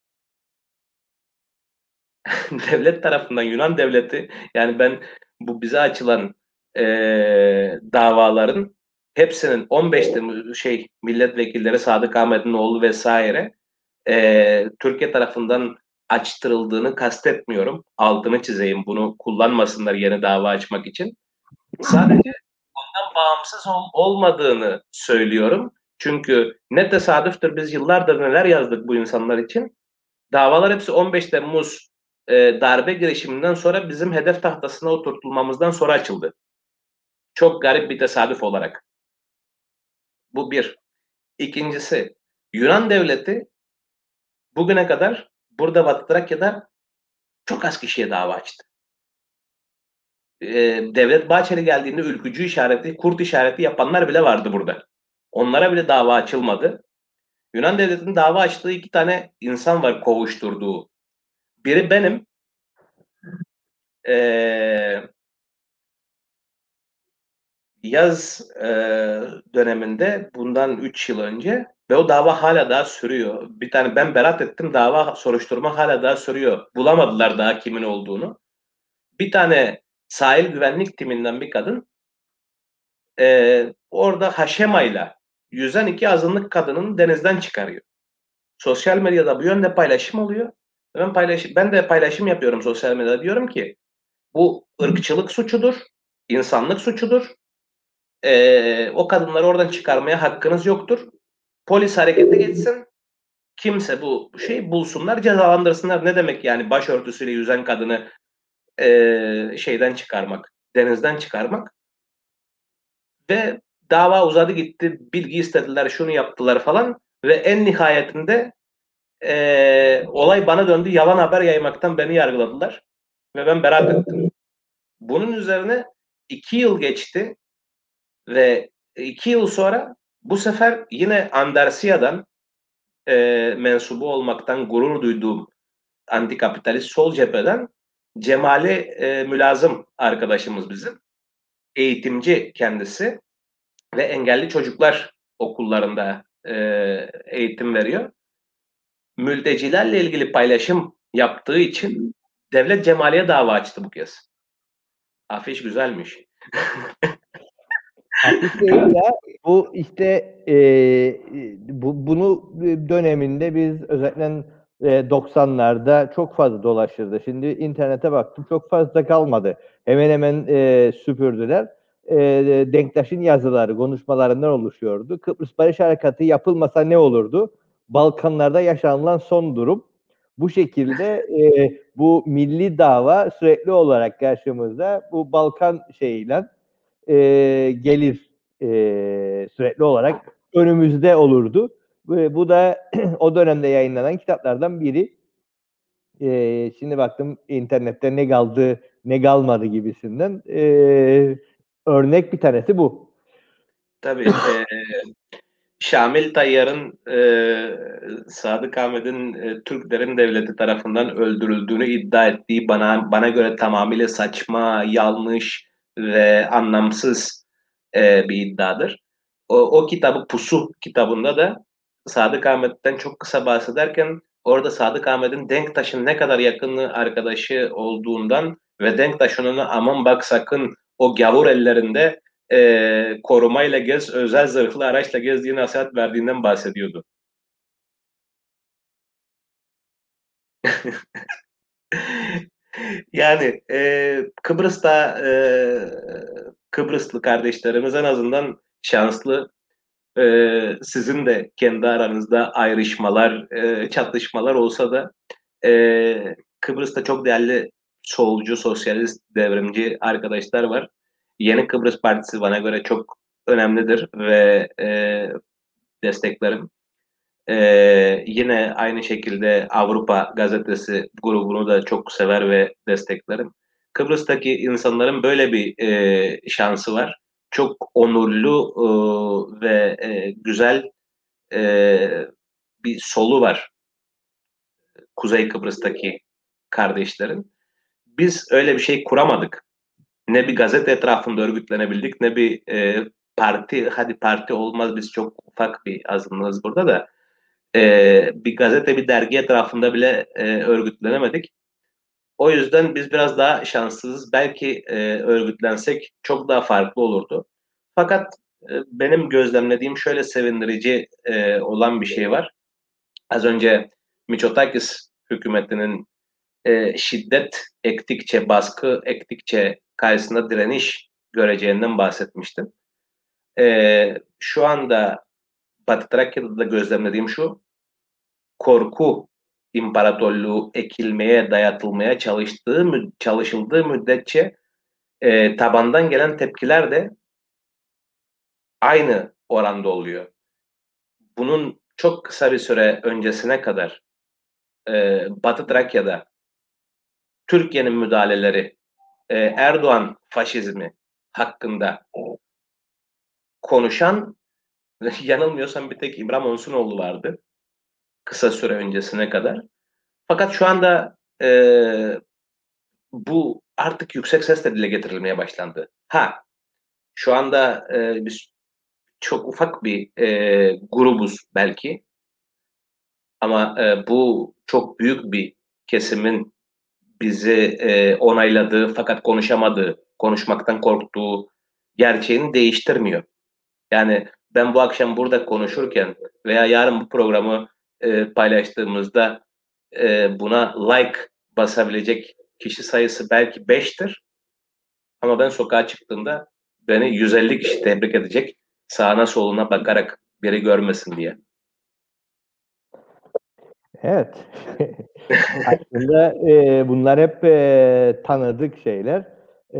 Devlet tarafından Yunan devleti, yani ben bu bize açılan e, davaların hepsinin on beş Temmuz şey milletvekilleri Sadık Ahmet'in oğlu vesaire e, Türkiye tarafından açtırıldığını kastetmiyorum. Altını çizeyim, bunu kullanmasınlar yeni dava açmak için. Sadece bundan bağımsız ol, olmadığını söylüyorum. Çünkü ne tesadüftür, biz yıllardır neler yazdık bu insanlar için. Davalar hepsi on beş Temmuz e, darbe girişiminden sonra bizim hedef tahtasına oturtulmamızdan sonra açıldı. Çok garip bir tesadüf olarak. Bu bir. İkincisi, Yunan devleti bugüne kadar burada Batı Trakya'da çok az kişiye dava açtı. E, Devlet Bahçeli geldiğinde ülkücü işareti, kurt işareti yapanlar bile vardı burada. Onlara bile dava açılmadı. Yunan devletinin dava açtığı iki tane insan var kovuşturduğu. Biri benim, e, yaz e, döneminde bundan üç yıl önce ve o dava hala daha sürüyor. Bir tane ben beraat ettim, dava soruşturma hala daha sürüyor. Bulamadılar daha kimin olduğunu. Bir tane sahil güvenlik timinden bir kadın e, orada haşemayla yüzen iki azınlık kadının denizden çıkarıyor. Sosyal medyada bu yönde paylaşım oluyor. Ben paylaşım, ben de paylaşım yapıyorum sosyal medyada. Diyorum ki bu ırkçılık suçudur, insanlık suçudur. Ee, o kadınları oradan çıkarmaya hakkınız yoktur. Polis harekete geçsin. Kimse bu şey bulsunlar, cezalandırsınlar. Ne demek yani başörtüsüyle yüzen kadını e, şeyden çıkarmak, denizden çıkarmak. Ve dava uzadı gitti, bilgi istediler, şunu yaptılar falan. Ve en nihayetinde e, olay bana döndü. Yalan haber yaymaktan beni yargıladılar. Ve ben beraat ettim. Bunun üzerine iki yıl geçti. Ve iki yıl sonra bu sefer yine Andersiya'dan e, mensubu olmaktan gurur duyduğum antikapitalist sol cepheden Cemali e, Mülazım arkadaşımız bizim. Eğitimci kendisi ve engelli çocuklar okullarında e, eğitim veriyor. Mültecilerle ilgili paylaşım yaptığı için devlet Cemali'ye dava açtı bu kez. Afiş güzelmiş. Afiş değil ya. Bu işte e, bu, bunu döneminde biz özellikle e, doksanlarda çok fazla dolaşırdı. Şimdi internete baktım, çok fazla kalmadı. Hemen hemen e, süpürdüler. E, Denktaş'ın yazıları, konuşmalarından oluşuyordu. Kıbrıs Barış Harekatı yapılmasa ne olurdu? Balkanlarda yaşanılan son durum. Bu şekilde e, bu milli dava sürekli olarak karşımızda bu Balkan şeyiyle e, gelir e, sürekli olarak önümüzde olurdu. Bu, bu da o dönemde yayınlanan kitaplardan biri. E, şimdi baktım internette ne kaldı ne kalmadı gibisinden. E, örnek bir tanesi bu. Tabii. E, Şamil Tayyar'ın e, Sadık Ahmet'in e, Türklerin devleti tarafından öldürüldüğünü iddia ettiği bana bana göre tamamıyla saçma, yanlış ve anlamsız e, bir iddiadır. O, o kitabı Pusu kitabında da Sadık Ahmet'ten çok kısa bahsederken orada Sadık Ahmet'in Denktaş'ın ne kadar yakın arkadaşı olduğundan ve Denktaş ona aman bak sakın o gavur ellerinde e, korumayla gez, özel zırhlı araçla gez diye nasihat verdiğinden bahsediyordu. Yani e, Kıbrıs'ta e, Kıbrıslı kardeşlerimiz en azından şanslı. E, sizin de kendi aranızda ayrışmalar, e, çatışmalar olsa da e, Kıbrıs'ta çok değerli solcu, sosyalist, devrimci arkadaşlar var. Yeni Kıbrıs Partisi bana göre çok önemlidir ve e, desteklerim. Ee, yine aynı şekilde Avrupa Gazetesi grubunu da çok sever ve desteklerim. Kıbrıs'taki insanların böyle bir e, şansı var. Çok onurlu e, ve e, güzel e, bir solu var Kuzey Kıbrıs'taki kardeşlerin. Biz öyle bir şey kuramadık. Ne bir gazete etrafında örgütlenebildik, ne bir e, parti, hadi parti olmaz biz çok ufak bir azınlığız burada da e, bir gazete, bir dergi etrafında bile e, örgütlenemedik. O yüzden biz biraz daha şanssızız. Belki e, örgütlensek çok daha farklı olurdu. Fakat e, benim gözlemlediğim şöyle sevindirici e, olan bir şey var. Az önce Mitsotakis hükümetinin e, şiddet ektikçe, baskı ektikçe karşısında direniş göreceğinden bahsetmiştim. E, şu anda Batı Trakya'da da gözlemlediğim şu, korku imparatorluğu ekilmeye, dayatılmaya çalıştığı çalışıldığı müddetçe e, tabandan gelen tepkiler de aynı oranda oluyor. Bunun çok kısa bir süre öncesine kadar e, Batı Trakya'da Türkiye'nin müdahaleleri, e, Erdoğan faşizmi hakkında konuşan yanılmıyorsam bir tek İbrahim Onsunoğlu vardı kısa süre öncesine kadar. Fakat şu anda e, bu artık yüksek sesle dile getirilmeye başlandı. Ha, şu anda e, biz çok ufak bir e, grubuz belki ama e, bu çok büyük bir kesimin bizi e, onayladığı fakat konuşamadığı, konuşmaktan korktuğu gerçeğini değiştirmiyor. Yani ben bu akşam burada konuşurken veya yarın bu programı e, paylaştığımızda e, buna like basabilecek kişi sayısı belki beştir. Ama ben sokağa çıktığımda beni yüz elli kişi tebrik edecek. Sağına soluna bakarak biri görmesin diye. Evet. Aslında e, bunlar hep e, tanıdık şeyler. E,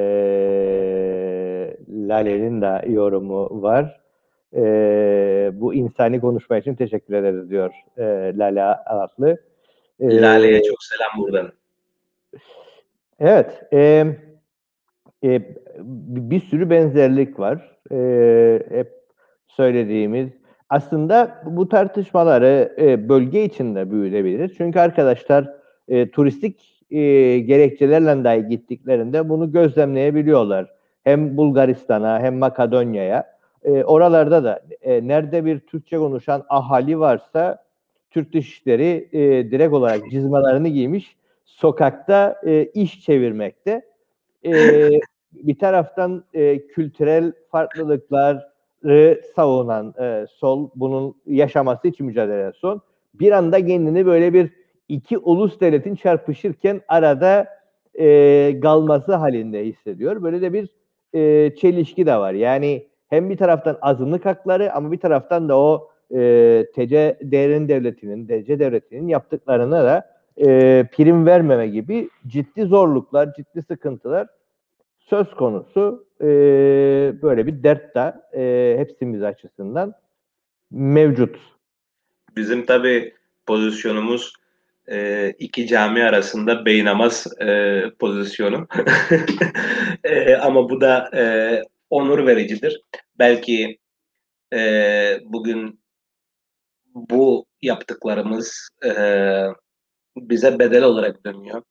Lale'nin de yorumu var. E, bu insani konuşma için teşekkür ederiz diyor e, Lale Alatlı. E, Lale'ye çok selam buradan. Evet. E, e, bir sürü benzerlik var. E, hep söylediğimiz. Aslında bu tartışmaları e, bölge içinde büyütebiliriz. Çünkü arkadaşlar e, turistik e, gerekçelerle dahi gittiklerinde bunu gözlemleyebiliyorlar. Hem Bulgaristan'a hem Makedonya'ya. E, oralarda da e, nerede bir Türkçe konuşan ahali varsa Türk Dışişleri e, direkt olarak cizmalarını giymiş sokakta e, iş çevirmekte. E, bir taraftan e, kültürel farklılıkları savunan e, sol, bunun yaşaması için mücadele eden sol, bir anda kendini böyle bir iki ulus devletin çarpışırken arada e, kalması halinde hissediyor. Böyle de bir e, çelişki de var. Yani hem bir taraftan azınlık hakları ama bir taraftan da o e, T C D'nin devletinin, D C devletinin yaptıklarına da e, prim vermeme gibi ciddi zorluklar, ciddi sıkıntılar söz konusu. e, böyle bir dert de e, hepsimiz açısından mevcut. Bizim tabii pozisyonumuz e, iki cami arasında beynamaz e, pozisyonu. E, ama bu da e, onur vericidir. Belki e, bugün bu yaptıklarımız e, bize bedel olarak dönüyor.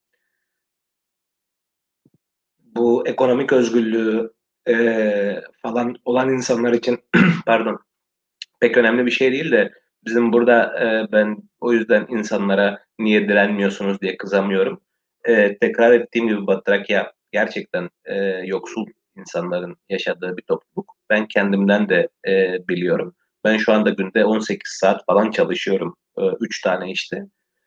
Bu ekonomik özgürlüğü e, falan olan insanlar için pardon pek önemli bir şey değil de bizim burada e, ben o yüzden insanlara niye direnmiyorsunuz diye kızamıyorum. E, tekrar ettiğim gibi Batı Trakya gerçekten e, yoksul insanların yaşadığı bir topluluk. Ben kendimden de e, biliyorum. Ben şu anda günde on sekiz saat falan çalışıyorum. E, üç tane işte.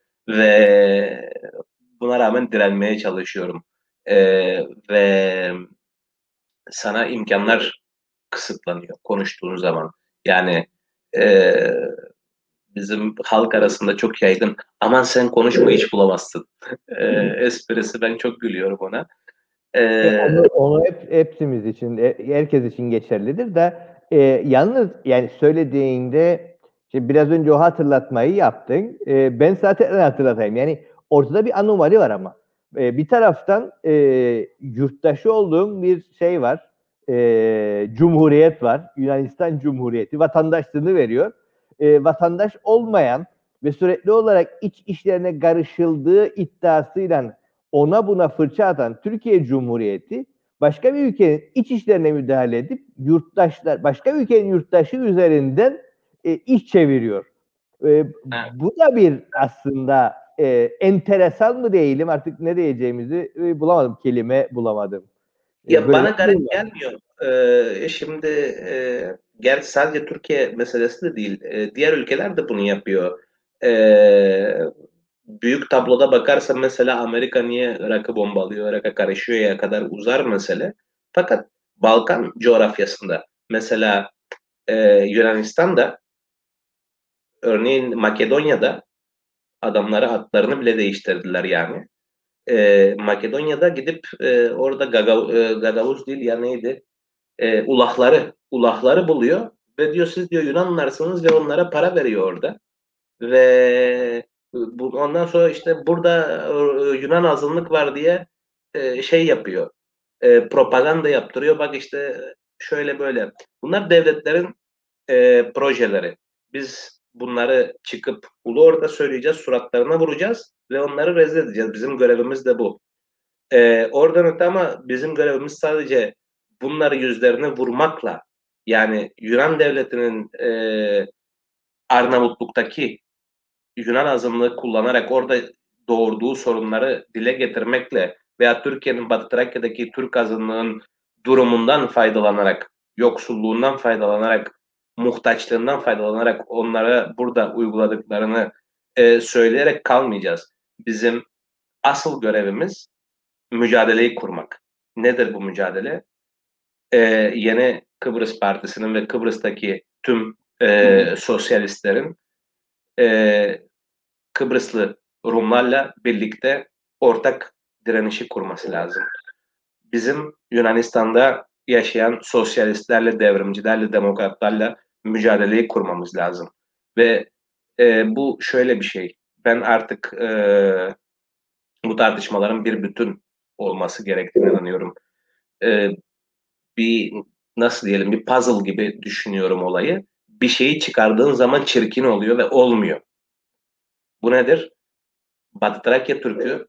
Ve buna rağmen direnmeye çalışıyorum. E, ve sana imkanlar kısıtlanıyor konuştuğun zaman. Yani e, bizim halk arasında çok yaygın aman sen konuşma hiç bulamazsın e, esprisi, ben çok gülüyorum ona. E, E, onu, onu hep, hepsimiz için, e, herkes için geçerlidir de e, yalnız yani söylediğinde işte biraz önce o hatırlatmayı yaptın. E, ben zaten hatırlatayım. Yani ortada bir anomali var ama. E, bir taraftan e, yurttaşı olduğum bir şey var. E, Cumhuriyet var. Yunanistan Cumhuriyeti. Vatandaşlığını veriyor. E, vatandaş olmayan ve sürekli olarak iç işlerine karışıldığı iddiasıyla ona buna fırça atan Türkiye Cumhuriyeti başka bir ülkenin iç işlerine müdahale edip yurttaşlar, başka bir ülkenin yurttaşı üzerinden e, iş çeviriyor. E, bu da bir aslında e, enteresan mı diyelim, artık ne diyeceğimizi e, bulamadım, kelime bulamadım. E, ya böyle bana bir durum garip var. gelmiyor. E, şimdi e, gerçi sadece Türkiye meselesi de değil. E, diğer ülkeler de bunu yapıyor. E, büyük tabloda bakarsan mesela Amerika niye Irak'ı bombalıyor, Irak'a karışıyor ya kadar uzar mesele. Fakat Balkan coğrafyasında mesela e, Yunanistan'da, örneğin Makedonya'da adamları adlarını bile değiştirdiler yani. E, Makedonya'da gidip e, orada Gaga, e, Gagavuz değil ya neydi? E, ulahları, ulahları buluyor ve diyor siz diyor Yunanlılarsınız ve onlara para veriyor orada. Ve bu, ondan sonra işte burada e, Yunan azınlık var diye e, şey yapıyor. E, propaganda yaptırıyor. Bak işte şöyle böyle. Bunlar devletlerin e, projeleri. Biz bunları çıkıp ulu orada söyleyeceğiz, suratlarına vuracağız ve onları rezil edeceğiz. Bizim görevimiz de bu. E, oradan öte ama bizim görevimiz sadece bunları yüzlerine vurmakla, yani Yunan devletinin e, Arnavutluk'taki Yunan azınlığı kullanarak orada doğurduğu sorunları dile getirmekle veya Türkiye'nin Batı Trakya'daki Türk azınlığın durumundan faydalanarak, yoksulluğundan faydalanarak, muhtaçlığından faydalanarak onlara burada uyguladıklarını e, söyleyerek kalmayacağız. Bizim asıl görevimiz mücadeleyi kurmak. Nedir bu mücadele? E, yeni Kıbrıs Partisi'nin ve Kıbrıs'taki tüm e, sosyalistlerin e, Kıbrıslı Rumlarla birlikte ortak direnişi kurması lazım. Bizim Yunanistan'da yaşayan sosyalistlerle, devrimcilerle, demokratlarla mücadeleyi kurmamız lazım. Ve e, bu şöyle bir şey. Ben artık e, bu tartışmaların bir bütün olması gerektiğine inanıyorum. E, bir nasıl diyelim bir puzzle gibi düşünüyorum olayı. Bir şeyi çıkardığın zaman çirkin oluyor ve olmuyor. Bu nedir? Batı Trakya Türk'ü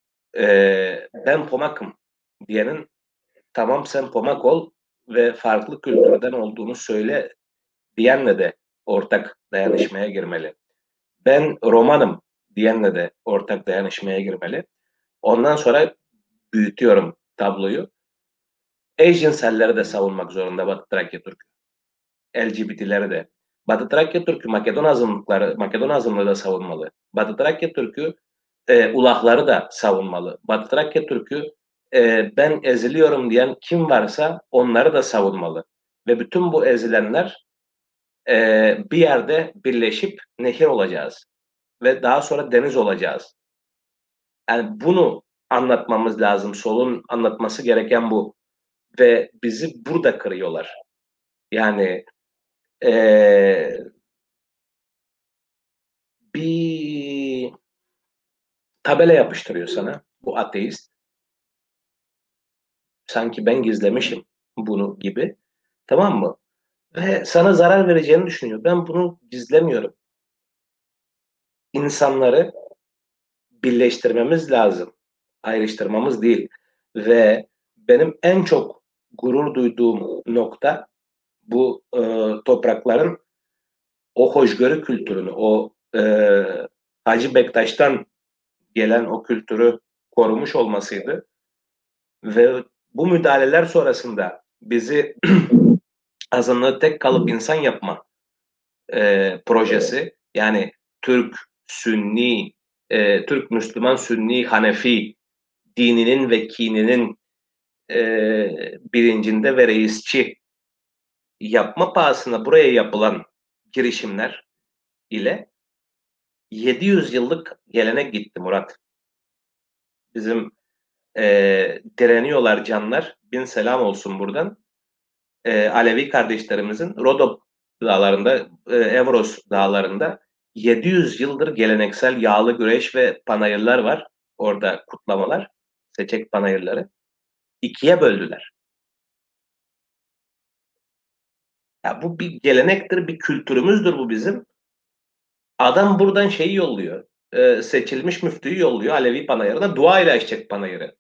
e, ben Pomak'ım diyenin tamam sen Pomak ol ve farklı kültürden olduğunu söyle diyenle de ortak dayanışmaya girmeli. Ben Romanım diyenle de ortak dayanışmaya girmeli. Ondan sonra büyütüyorum tabloyu. Eşcinselleri de savunmak zorunda Batı Trakya Türk'ü. L G B T'leri de. Batı Trakya Türk'ü Makedon azınlıkları, Makedon azınlığı da savunmalı. Batı Trakya Türk'ü e, ulahları da savunmalı. Batı Trakya Türk'ü e, ben eziliyorum diyen kim varsa onları da savunmalı. Ve bütün bu ezilenler e, bir yerde birleşip nehir olacağız. Ve daha sonra deniz olacağız. Yani bunu anlatmamız lazım. Solun anlatması gereken bu. ve bizi burada kırıyorlar. Yani ee, bir tabela yapıştırıyor sana bu ateist. Sanki ben gizlemişim bunu gibi. Tamam mı? Ve sana zarar vereceğini düşünüyor. Ben bunu gizlemiyorum. İnsanları birleştirmemiz lazım. Ayrıştırmamız değil. Ve benim en çok gurur duyduğum nokta bu e, toprakların o hoşgörü kültürünü, o e, Hacı Bektaş'tan gelen o kültürü korumuş olmasıydı. Ve bu müdahaleler sonrasında bizi azınlığı tek kalıp insan yapma e, projesi, yani Türk, Sünni, e, Türk, Müslüman, Sünni, Hanefi dininin ve kininin e, bilincinde ve reisçi yapma pahasına buraya yapılan girişimler ile yedi yüz yıllık gelenek gitti Murat. Bizim e, direniyorlar canlar. Bin selam olsun buradan. E, Alevi kardeşlerimizin Rodop dağlarında, e, Evros dağlarında yedi yüz yıldır geleneksel yağlı güreş ve panayırlar var. Orada kutlamalar, seçek panayırları. İkiye böldüler. Ya bu bir gelenektir, bir kültürümüzdür bu bizim. Adam buradan şeyi yolluyor. E, seçilmiş müftüyü yolluyor Alevi panayırına. Dua ile açacak panayırı.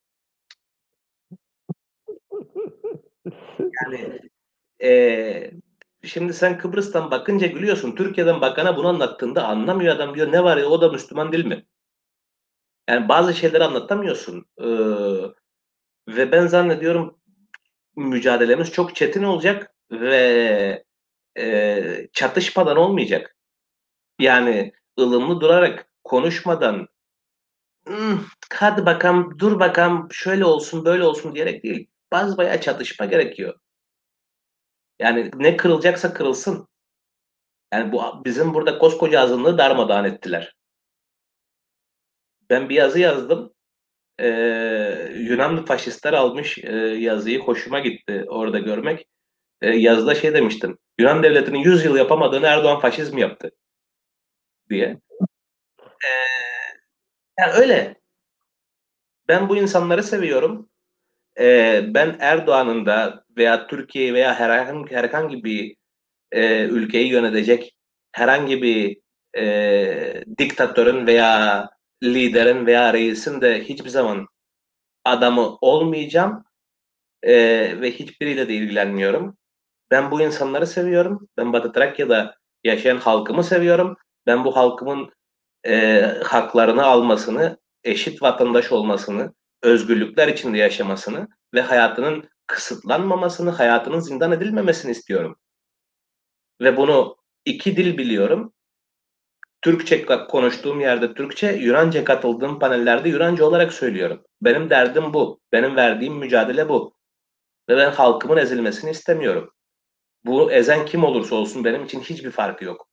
Yani e, şimdi sen Kıbrıs'tan bakınca gülüyorsun. Türkiye'den bakana bunu anlattığında anlamıyor adam, diyor ne var ya, o da Müslüman değil mi? Yani bazı şeyleri anlatamıyorsun. E, ve ben zannediyorum mücadelemiz çok çetin olacak ve e, çatışmadan olmayacak. Yani ılımlı durarak, konuşmadan, "Hmm, hadi bakalım, dur bakalım, şöyle olsun, böyle olsun" diyerek değil. Bazı bayağı çatışma gerekiyor. Yani ne kırılacaksa kırılsın. Yani bu bizim burada koskoca azınlığı darmadağın ettiler. Ben bir yazı yazdım. Ee, Yunan faşistler almış e, yazıyı. Hoşuma gitti orada görmek. E, yazıda şey demiştim. Yunan devletinin yüz yıl yapamadığını Erdoğan faşizm yaptı diye. Ee, yani öyle. Ben bu insanları seviyorum. Ee, ben Erdoğan'ın da veya Türkiye veya herhangi, herhangi bir e, ülkeyi yönetecek herhangi bir e, diktatörün veya liderin veya reisin de hiçbir zaman adamı olmayacağım e, ve hiçbiriyle de ilgilenmiyorum. Ben bu insanları seviyorum. Ben Batı Trakya'da yaşayan halkımı seviyorum. Ben bu halkımın e, haklarını almasını, eşit vatandaş olmasını, özgürlükler içinde yaşamasını ve hayatının kısıtlanmamasını, hayatının zindan edilmemesini istiyorum. Ve bunu iki dil biliyorum. Türkçe konuştuğum yerde Türkçe, Yunanca katıldığım panellerde Yunanca olarak söylüyorum. Benim derdim bu. Benim verdiğim mücadele bu. Ve ben halkımın ezilmesini istemiyorum. Bu ezen kim olursa olsun benim için hiçbir farkı yok.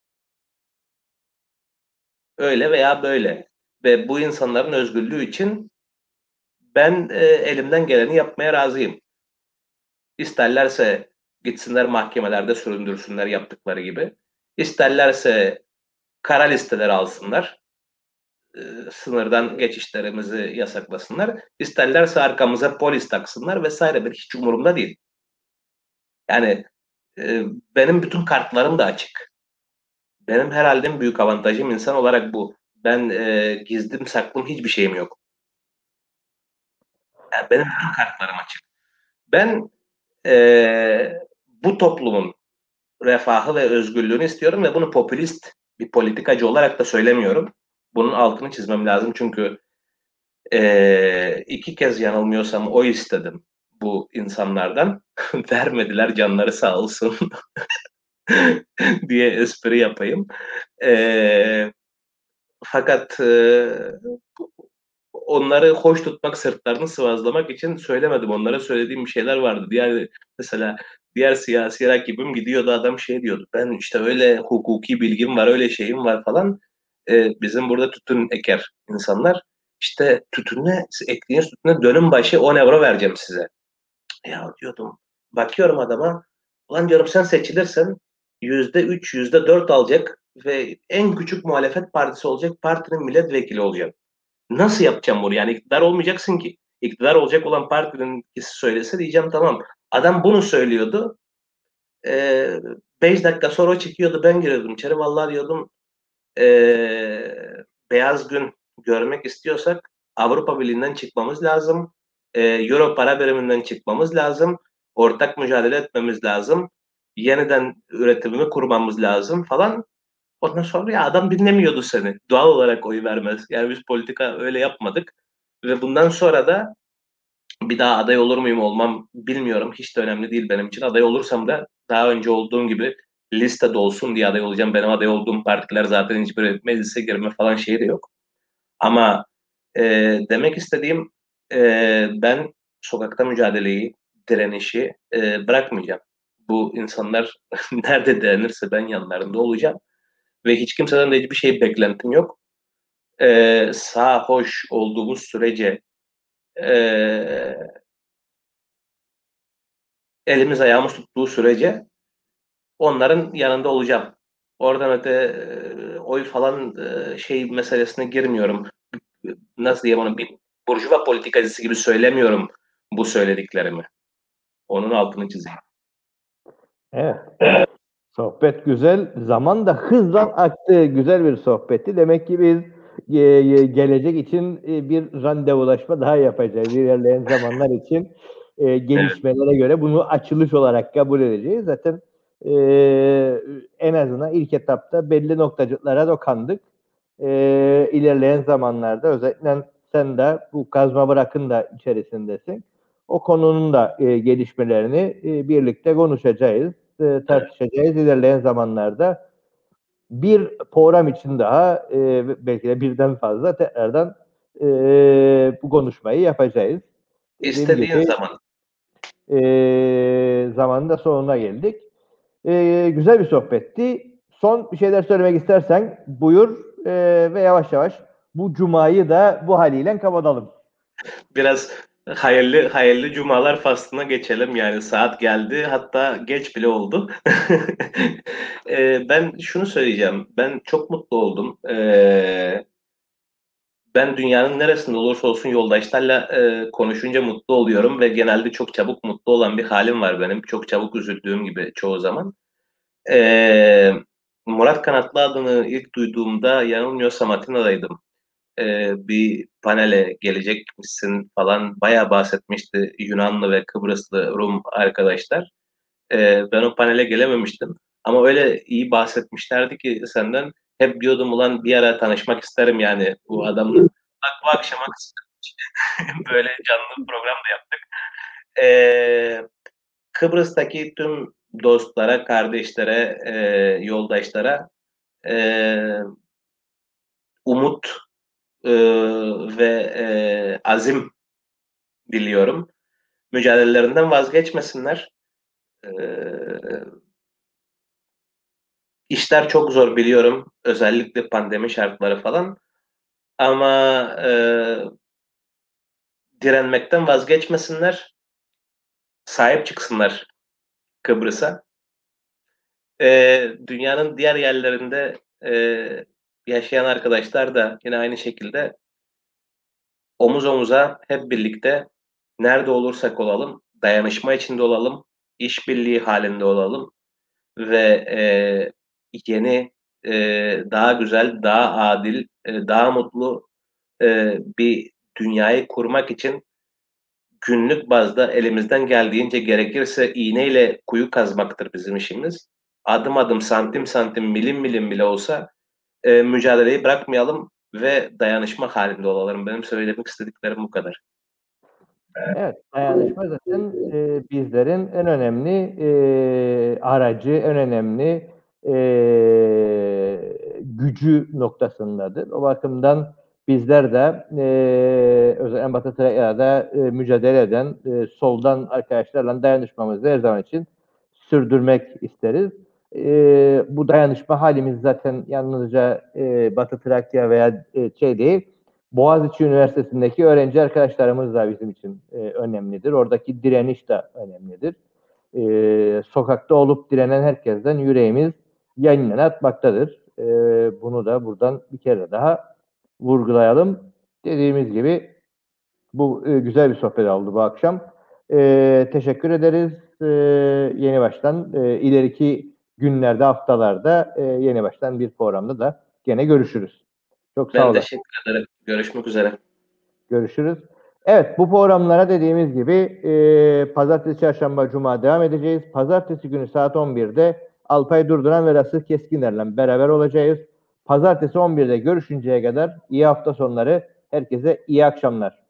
Öyle veya böyle. Ve bu insanların özgürlüğü için ben e, elimden geleni yapmaya razıyım. İsterlerse gitsinler mahkemelerde süründürsünler yaptıkları gibi. İsterlerse kara listeler alsınlar. E, sınırdan geçişlerimizi yasaklasınlar. İsterlerse arkamıza polis taksınlar vesaire. Ben hiç umurumda değil. Yani e, benim bütün kartlarım da açık. Benim herhalde en büyük avantajım insan olarak bu. Ben e, gizlim saklım hiçbir şeyim yok. Yani benim bütün kartlarım açık. Ben e, bu toplumun refahı ve özgürlüğünü istiyorum ve bunu popülist bir politikacı olarak da söylemiyorum. Bunun altını çizmem lazım çünkü e, iki kez yanılmıyorsam oy istedim bu insanlardan. Vermediler, canları sağ olsun diye espri yapayım. E, fakat e, onları hoş tutmak, sırtlarını sıvazlamak için söylemedim. Onlara söylediğim bir şeyler vardı. Diğer mesela diğer siyasi rakibim gidiyordu, adam şey diyordu. Ben işte öyle hukuki bilgim var, öyle şeyim var falan. Ee, bizim burada tütün eker insanlar. İşte tütüne, ektiğiniz tütüne dönüm başı on euro vereceğim size. Ya diyordum, bakıyorum adama, ulan diyorum sen seçilirsen yüzde üç, yüzde dört alacak ve en küçük muhalefet partisi olacak partinin milletvekili olacak. Nasıl yapacağım bunu? Yani iktidar olmayacaksın ki. İktidar olacak olan partinin kişi söylese diyeceğim tamam. Adam bunu söylüyordu. Ee, beş dakika sonra o çıkıyordu, ben giriyordum içeri. Vallahi diyordum ee, beyaz gün görmek istiyorsak Avrupa Birliği'nden çıkmamız lazım. Ee, Euro para biriminden çıkmamız lazım. Ortak mücadele etmemiz lazım. Yeniden üretimini kurmamız lazım falan. Ondan sonra ya adam dinlemiyordu seni. Doğal olarak oy vermez. Yani biz politika öyle yapmadık. Ve bundan sonra da bir daha aday olur muyum olmam bilmiyorum. Hiç de önemli değil benim için. Aday olursam da daha önce olduğum gibi listede olsun diye aday olacağım. Benim aday olduğum partiler zaten hiçbir meclise girme falan şeyi de yok. Ama e, demek istediğim e, ben sokakta mücadeleyi, direnişi e, bırakmayacağım. Bu insanlar nerede direnirse ben yanlarında olacağım. Ve hiç kimseden de hiçbir şey beklentim yok. E, sağ hoş olduğumuz sürece e, elimiz ayağımız tuttuğu sürece onların yanında olacağım. Oradan öte e, oy falan e, şey meselesine girmiyorum. Nasıl diyeyim onu, bir burjuva politikacısı gibi söylemiyorum bu söylediklerimi. Onun altını çizeyim. Evet. Sohbet güzel. Zaman da hızla aktı. Güzel bir sohbetti. Demek ki biz e, e, gelecek için e, bir randevulaşma daha yapacağız. İlerleyen zamanlar için e, Evet. gelişmelere göre bunu açılış olarak kabul edeceğiz. Zaten e, en azından ilk etapta belli noktacıklara dokandık. E, ilerleyen zamanlarda özellikle sen de bu kazma bırakın da içerisindesin. O konunun da e, gelişmelerini e, birlikte konuşacağız, e, tartışacağız ilerleyen zamanlarda. Bir program için daha e, belki de birden fazla tekrardan e, bu konuşmayı yapacağız. Dediğim İstediğin gibi zaman. e, zamanın da sonuna geldik. E, güzel bir sohbetti. Son bir şeyler söylemek istersen buyur e, ve yavaş yavaş bu cumayı da bu haliyle kapatalım. Biraz hayırlı hayırlı cumalar faslına geçelim. Yani saat geldi, hatta geç bile oldu. E, ben şunu söyleyeceğim. Ben çok mutlu oldum. E, Ben dünyanın neresinde olursa olsun yoldaşlarla e, konuşunca mutlu oluyorum ve genelde çok çabuk mutlu olan bir halim var benim. Çok çabuk üzüldüğüm gibi çoğu zaman. E, Murat Kanatlı adını ilk duyduğumda yanılmıyorsam Atina'daydım. E, bir panele gelecekmişsin falan bayağı bahsetmişti Yunanlı ve Kıbrıslı Rum arkadaşlar. E, ben o panele gelememiştim. Ama öyle iyi bahsetmişlerdi ki senden, hep diyordum ulan bir ara tanışmak isterim yani bu adamla. Bak bu akşama böyle canlı program da yaptık. Ee, Kıbrıs'taki tüm dostlara, kardeşlere, e, yoldaşlara e, umut e, ve e, azim diliyorum. Mücadelelerinden vazgeçmesinler. E, işler çok zor biliyorum. Özellikle pandemi şartları falan. Ama e, direnmekten vazgeçmesinler. Sahip çıksınlar Kıbrıs'a. E, dünyanın diğer yerlerinde e, yaşayan arkadaşlar da yine aynı şekilde omuz omuza hep birlikte nerede olursak olalım, dayanışma içinde olalım, işbirliği halinde olalım ve e, yeni, e, daha güzel, daha adil, e, daha mutlu e, bir dünyayı kurmak için günlük bazda elimizden geldiğince, gerekirse iğneyle kuyu kazmaktır bizim işimiz. Adım adım, santim santim, milim milim bile olsa e, mücadeleyi bırakmayalım ve dayanışma halinde olalım. Benim söylemek istediklerim bu kadar. Evet, dayanışma zaten e, bizlerin en önemli e, aracı, en önemli e, gücü noktasındadır. O bakımdan bizler de e, özellikle Batı Trakya'da e, mücadele eden e, soldan arkadaşlarla dayanışmamızı her zaman için sürdürmek isteriz. E, bu dayanışma halimiz zaten yalnızca e, Batı Trakya veya e, şey değil, Boğaziçi Üniversitesi'ndeki öğrenci arkadaşlarımız da bizim için e, önemlidir. Oradaki direniş de önemlidir. e, sokakta olup direnen herkesten yüreğimiz yayınlarına atmaktadır. E, bunu da buradan bir kere daha vurgulayalım. Dediğimiz gibi bu e, güzel bir sohbet oldu bu akşam. E, teşekkür ederiz. E, yeni baştan e, ileriki günlerde, haftalarda e, yeni baştan bir programda da gene görüşürüz. Çok sağ Ben olun. teşekkür ederim. Görüşmek üzere. Görüşürüz. Evet, bu programlara dediğimiz gibi e, pazartesi, çarşamba, cuma devam edeceğiz. Pazartesi günü saat on birde Alpay Durduran ve Rasıl Keskiner'le beraber olacağız. Pazartesi on birde görüşünceye kadar iyi hafta sonları. Herkese iyi akşamlar.